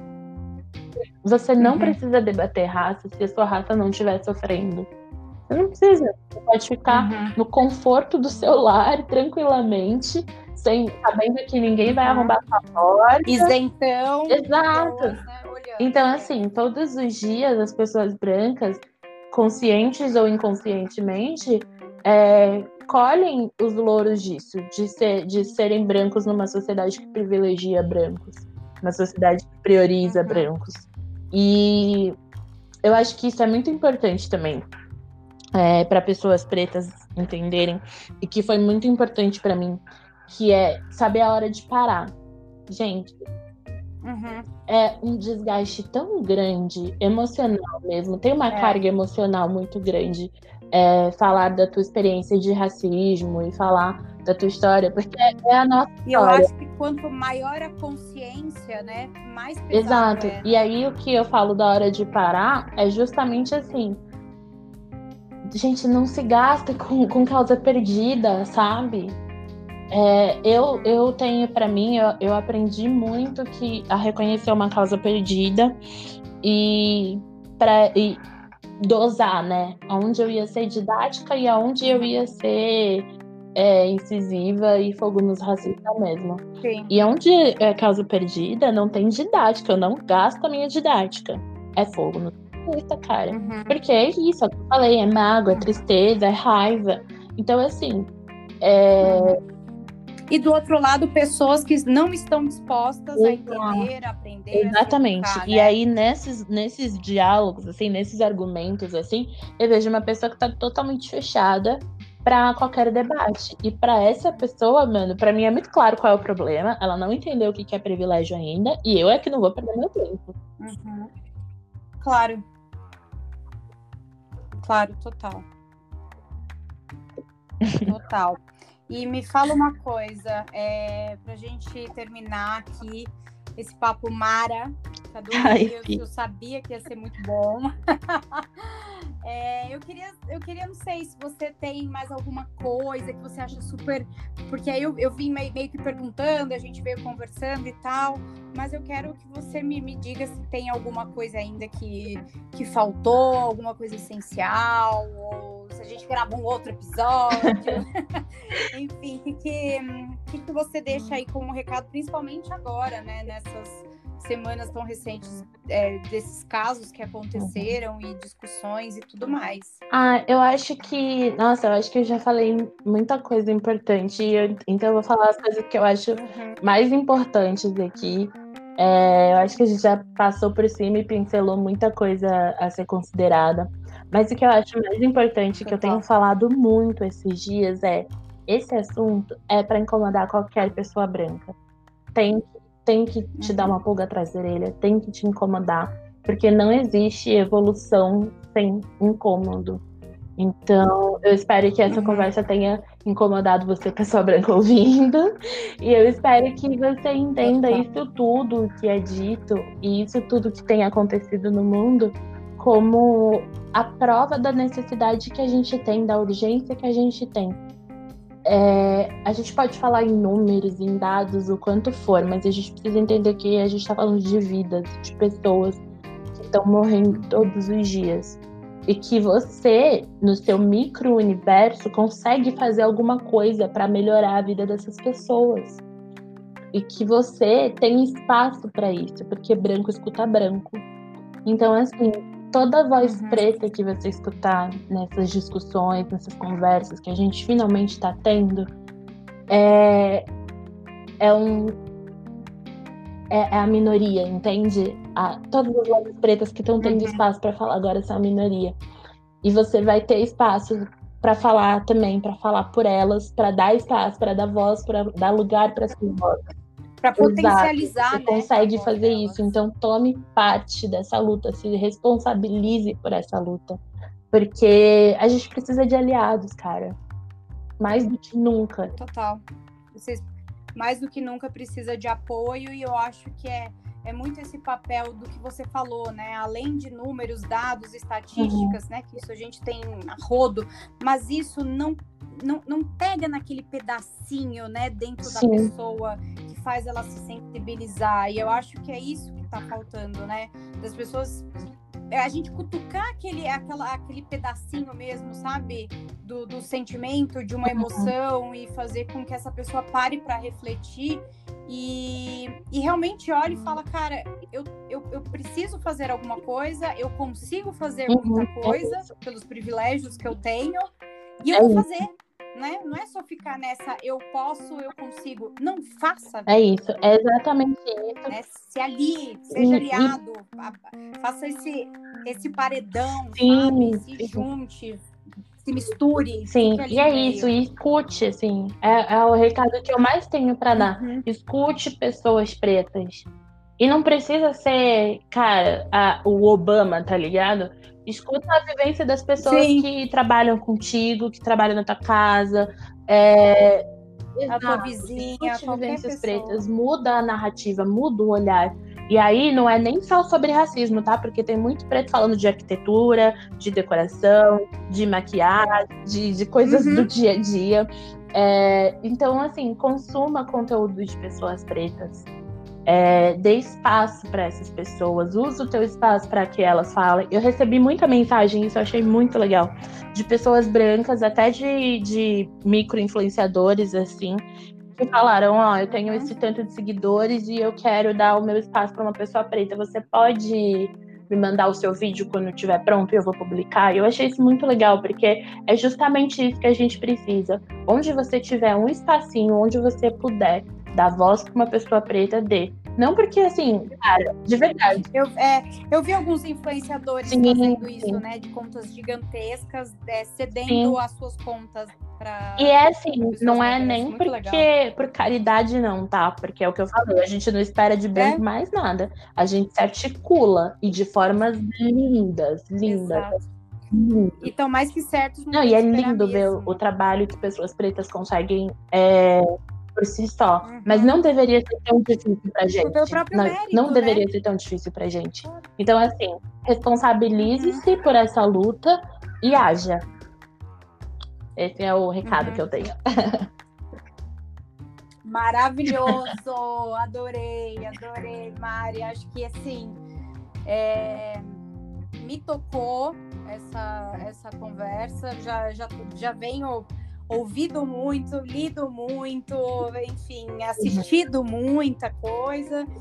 Você não uhum. precisa debater raça se a sua raça não estiver sofrendo. Você não precisa. Você pode ficar uhum. no conforto do seu lar, tranquilamente, sem, sabendo que ninguém vai arrombar a porta. Isentão. Exato. Pessoas, né, então, assim, todos os dias as pessoas brancas, conscientes ou inconscientemente, é, colhem os louros disso, de, ser, de serem brancos numa sociedade que privilegia brancos, uma sociedade que prioriza uhum. brancos. E eu acho que isso é muito importante também. É, para pessoas pretas entenderem, e que foi muito importante para mim, que é saber a hora de parar. Gente, uhum. é um desgaste tão grande, emocional mesmo, tem uma é. carga emocional muito grande, é, falar da tua experiência de racismo e falar da tua história, porque é a nossa e história. E eu acho que quanto maior a consciência, né, mais pesado Exato. é, né? E aí o que eu falo da hora de parar é justamente assim, gente, não se gasta com, com causa perdida, sabe? É, eu, eu tenho, pra mim, eu, eu aprendi muito que, a reconhecer uma causa perdida e, pra, e dosar, né? Onde eu ia ser didática e aonde eu ia ser é, incisiva e fogo nos racistas mesmo. Sim. E onde é causa perdida, não tem didática, eu não gasto a minha didática. É fogo no racista, cara. Uhum. Porque é isso, é o que eu falei, é mágoa, é tristeza, é raiva. Então, assim, é... Uhum. E do outro lado, pessoas que não estão dispostas a entender, a aprender. Exatamente. A se educar, e né? aí, nesses, nesses diálogos, assim, nesses argumentos, assim, eu vejo uma pessoa que tá totalmente fechada pra qualquer debate. E pra essa pessoa, mano, pra mim é muito claro qual é o problema. Ela não entendeu o que é privilégio ainda, e eu é que não vou perder meu tempo. Uhum. Claro. Claro, total. Total. E me fala uma coisa, é, pra gente terminar aqui esse papo mara, Ai, eu, eu sabia que ia ser muito bom. é, eu, queria, eu queria, não sei, se você tem mais alguma coisa que você acha super... Porque aí eu, eu vim meio, meio que perguntando, a gente veio conversando e tal, mas eu quero que você me, me diga se tem alguma coisa ainda que, que faltou, alguma coisa essencial, ou se a gente grava um outro episódio. Enfim, o que, que, que você deixa aí como recado, principalmente agora, né, nessas semanas tão recentes é, desses casos que aconteceram uhum. e discussões e tudo mais. Ah, eu acho que... Nossa, eu acho que eu já falei muita coisa importante, eu, então eu vou falar as coisas que eu acho uhum. mais importantes aqui. É, eu acho que a gente já passou por cima e pincelou muita coisa a ser considerada. Mas o que eu acho mais importante, que eu tenho falado muito esses dias, é esse assunto é para incomodar qualquer pessoa branca. Tem, tem que te uhum. dar uma pulga atrás da orelha, tem que te incomodar, porque não existe evolução sem incômodo. Então, eu espero que essa uhum. conversa tenha incomodado você, pessoa branca, ouvindo. E eu espero que você entenda uhum. isso tudo que é dito e isso tudo que tem acontecido no mundo como a prova da necessidade que a gente tem, da urgência que a gente tem. É, a gente pode falar em números, em dados, o quanto for, mas a gente precisa entender que a gente está falando de vidas, de pessoas que estão morrendo todos os dias. E que você, no seu micro-universo, consegue fazer alguma coisa para melhorar a vida dessas pessoas. E que você tem espaço para isso, porque branco escuta branco. Então, assim, toda voz uhum. preta que você escutar nessas discussões, nessas conversas que a gente finalmente está tendo, é, é, um, é, é a minoria, entende? A, todas as vozes pretas que estão tendo uhum. espaço para falar agora são a minoria. E você vai ter espaço para falar também, para falar por elas, para dar espaço, para dar voz, para dar lugar para essas vozes. Para potencializar, você né, consegue fazer isso, então tome parte dessa luta, se responsabilize por essa luta, porque a gente precisa de aliados, cara, mais do que nunca. Total, vocês mais do que nunca precisa de apoio, e eu acho que é, é muito esse papel do que você falou, né, além de números, dados, estatísticas, uhum. né, que isso a gente tem a rodo, mas isso não, não, não pega naquele pedacinho, né, dentro Sim. da pessoa, faz ela se sensibilizar, e eu acho que é isso que tá faltando, né, das pessoas, a gente cutucar aquele, aquela, aquele pedacinho mesmo, sabe, do, do sentimento, de uma emoção, e fazer com que essa pessoa pare para refletir e, e realmente olhe e fala, cara, eu, eu, eu preciso fazer alguma coisa, eu consigo fazer muita coisa pelos privilégios que eu tenho, e eu vou fazer. Né? Não é só ficar nessa, eu posso, eu consigo. Não, faça. É isso, é exatamente isso. Né? Se alie, seja aliado, e... faça esse, esse paredão, sim, sabe? Se sim. junte, se misture. Sim, e é isso, e escute, assim, é, é o recado que eu mais tenho para dar. Uhum. Escute pessoas pretas. E não precisa ser, cara, a, o Obama, tá ligado? Escuta a vivência das pessoas Sim. que trabalham contigo, que trabalham na tua casa. É... A tua vizinha, Escute vivências pretas, muda a narrativa, muda o olhar. E aí não é nem só sobre racismo, tá? Porque tem muito preto falando de arquitetura, de decoração, de maquiagem, de, de coisas uhum. do dia a dia. É... Então, assim, consuma conteúdo de pessoas pretas. É, dê espaço para essas pessoas, usa o teu espaço para que elas falem. Eu recebi muita mensagem, isso eu achei muito legal, de pessoas brancas, até de, de micro-influenciadores, assim, que falaram, ó, oh, eu tenho esse tanto de seguidores e eu quero dar o meu espaço para uma pessoa preta, você pode me mandar o seu vídeo quando estiver pronto e eu vou publicar? Eu achei isso muito legal, porque é justamente isso que a gente precisa. Onde você tiver um espacinho, onde você puder dar voz para uma pessoa preta, dê. Não porque, assim, cara, de verdade. Eu, é, eu vi alguns influenciadores sim, fazendo isso, sim. né? De contas gigantescas, é, cedendo sim. as suas contas para. E é assim, não é nem porque legal. Por caridade, não, tá? Porque é o que eu falei, a gente não espera de branco é? mais nada. A gente se articula e de formas lindas, lindas. Exato. Lindo. E estão mais que certos. Não, e é lindo ver o, o trabalho que pessoas pretas conseguem. É... por si só, uhum. mas não deveria ser tão difícil pra gente. Pelo próprio não, mérito, não deveria né? ser tão difícil pra gente. Então, assim, responsabilize-se uhum. por essa luta e haja. Esse é o recado uhum. que eu tenho. Maravilhoso! Adorei, adorei, Mari. Acho que, assim, é... me tocou essa, essa conversa. Já, já, já venho... ouvido muito, lido muito, enfim, assistido muita coisa.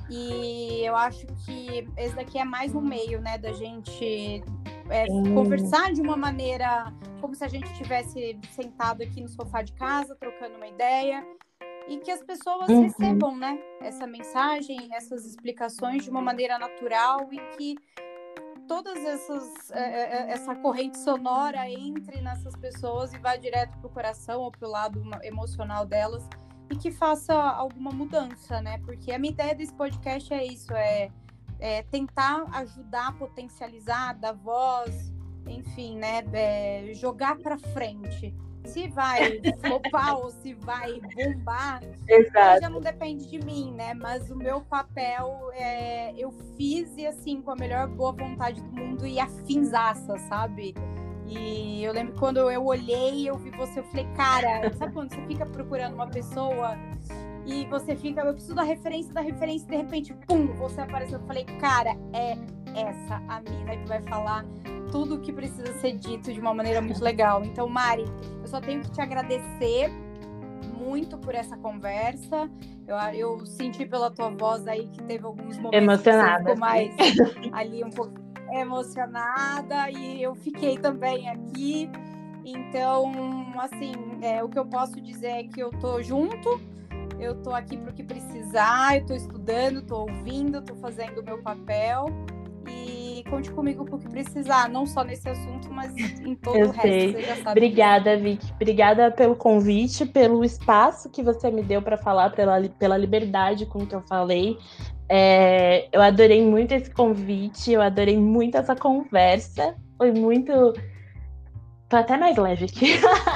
E eu acho que esse daqui é mais um meio, né, da gente é, conversar de uma maneira como se a gente estivesse sentado aqui no sofá de casa, trocando uma ideia, e que as pessoas uhum. recebam, né, essa mensagem, essas explicações de uma maneira natural e que todas essas essa corrente sonora entre nessas pessoas e vá direto para o coração ou para o lado emocional delas e que faça alguma mudança, né? Porque a minha ideia desse podcast é isso, é, é tentar ajudar, potencializar, dar voz, enfim, né? É, jogar para frente. Se vai flopar ou se vai bombar, já não depende de mim, né? Mas o meu papel, é, eu fiz e assim, com a melhor boa vontade do mundo e afinzaça, sabe? E eu lembro quando eu olhei, eu vi você, eu falei, cara, sabe quando você fica procurando uma pessoa e você fica, eu preciso da referência, da referência, e de repente, pum, você apareceu. Eu falei, cara, é essa a mina que vai falar tudo o que precisa ser dito de uma maneira muito legal. Então, Mari, eu só tenho que te agradecer muito por essa conversa. Eu, eu senti pela tua voz aí que teve alguns momentos emocionada, que você ficou mais ali um pouco emocionada, e eu fiquei também aqui. Então, assim, é, o que eu posso dizer é que eu tô junto, eu tô aqui pro que precisar, eu tô estudando, tô ouvindo, tô fazendo o meu papel. E conte comigo pro que precisar, não só nesse assunto, mas em todo eu o resto. Sei. Você já sabe. Obrigada, Vicky. Obrigada pelo convite, pelo espaço que você me deu para falar, pela, pela liberdade com que eu falei. É, eu adorei muito esse convite, eu adorei muito essa conversa. Foi muito... Tô até mais leve aqui.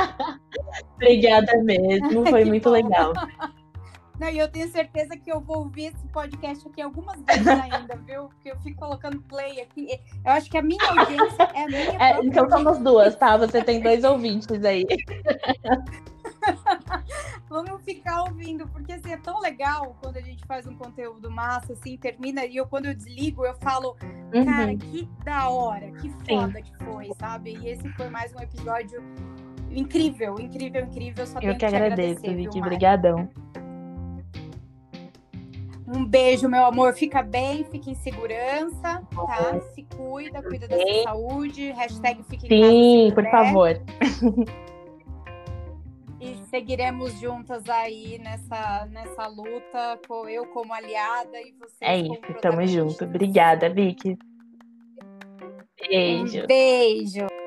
Obrigada mesmo, foi muito bom. Legal. Não, e eu tenho certeza que eu vou ouvir esse podcast aqui algumas vezes ainda, viu? Porque eu fico colocando play aqui. Eu acho que a minha audiência é a minha é, Então somos duas, tá? Você tem dois ouvintes aí. Vamos ficar ouvindo, porque assim, é tão legal quando a gente faz um conteúdo massa, assim, termina, e eu, quando eu desligo, eu falo, uhum. cara, que da hora, que foda Sim. que foi, sabe? E esse foi mais um episódio incrível, incrível, incrível. Só eu tenho que, que agradeço, te agradecer, Vicky. Obrigadão. Um beijo, meu amor. Fica bem, fica em segurança, tá? Se cuida, cuida da sua saúde. Hashtag fica em casa. Sim, por favor. E seguiremos juntas aí nessa, nessa luta, eu como aliada e vocês é como isso, tamo junto. Obrigada, Vicky. Beijo. Um beijo.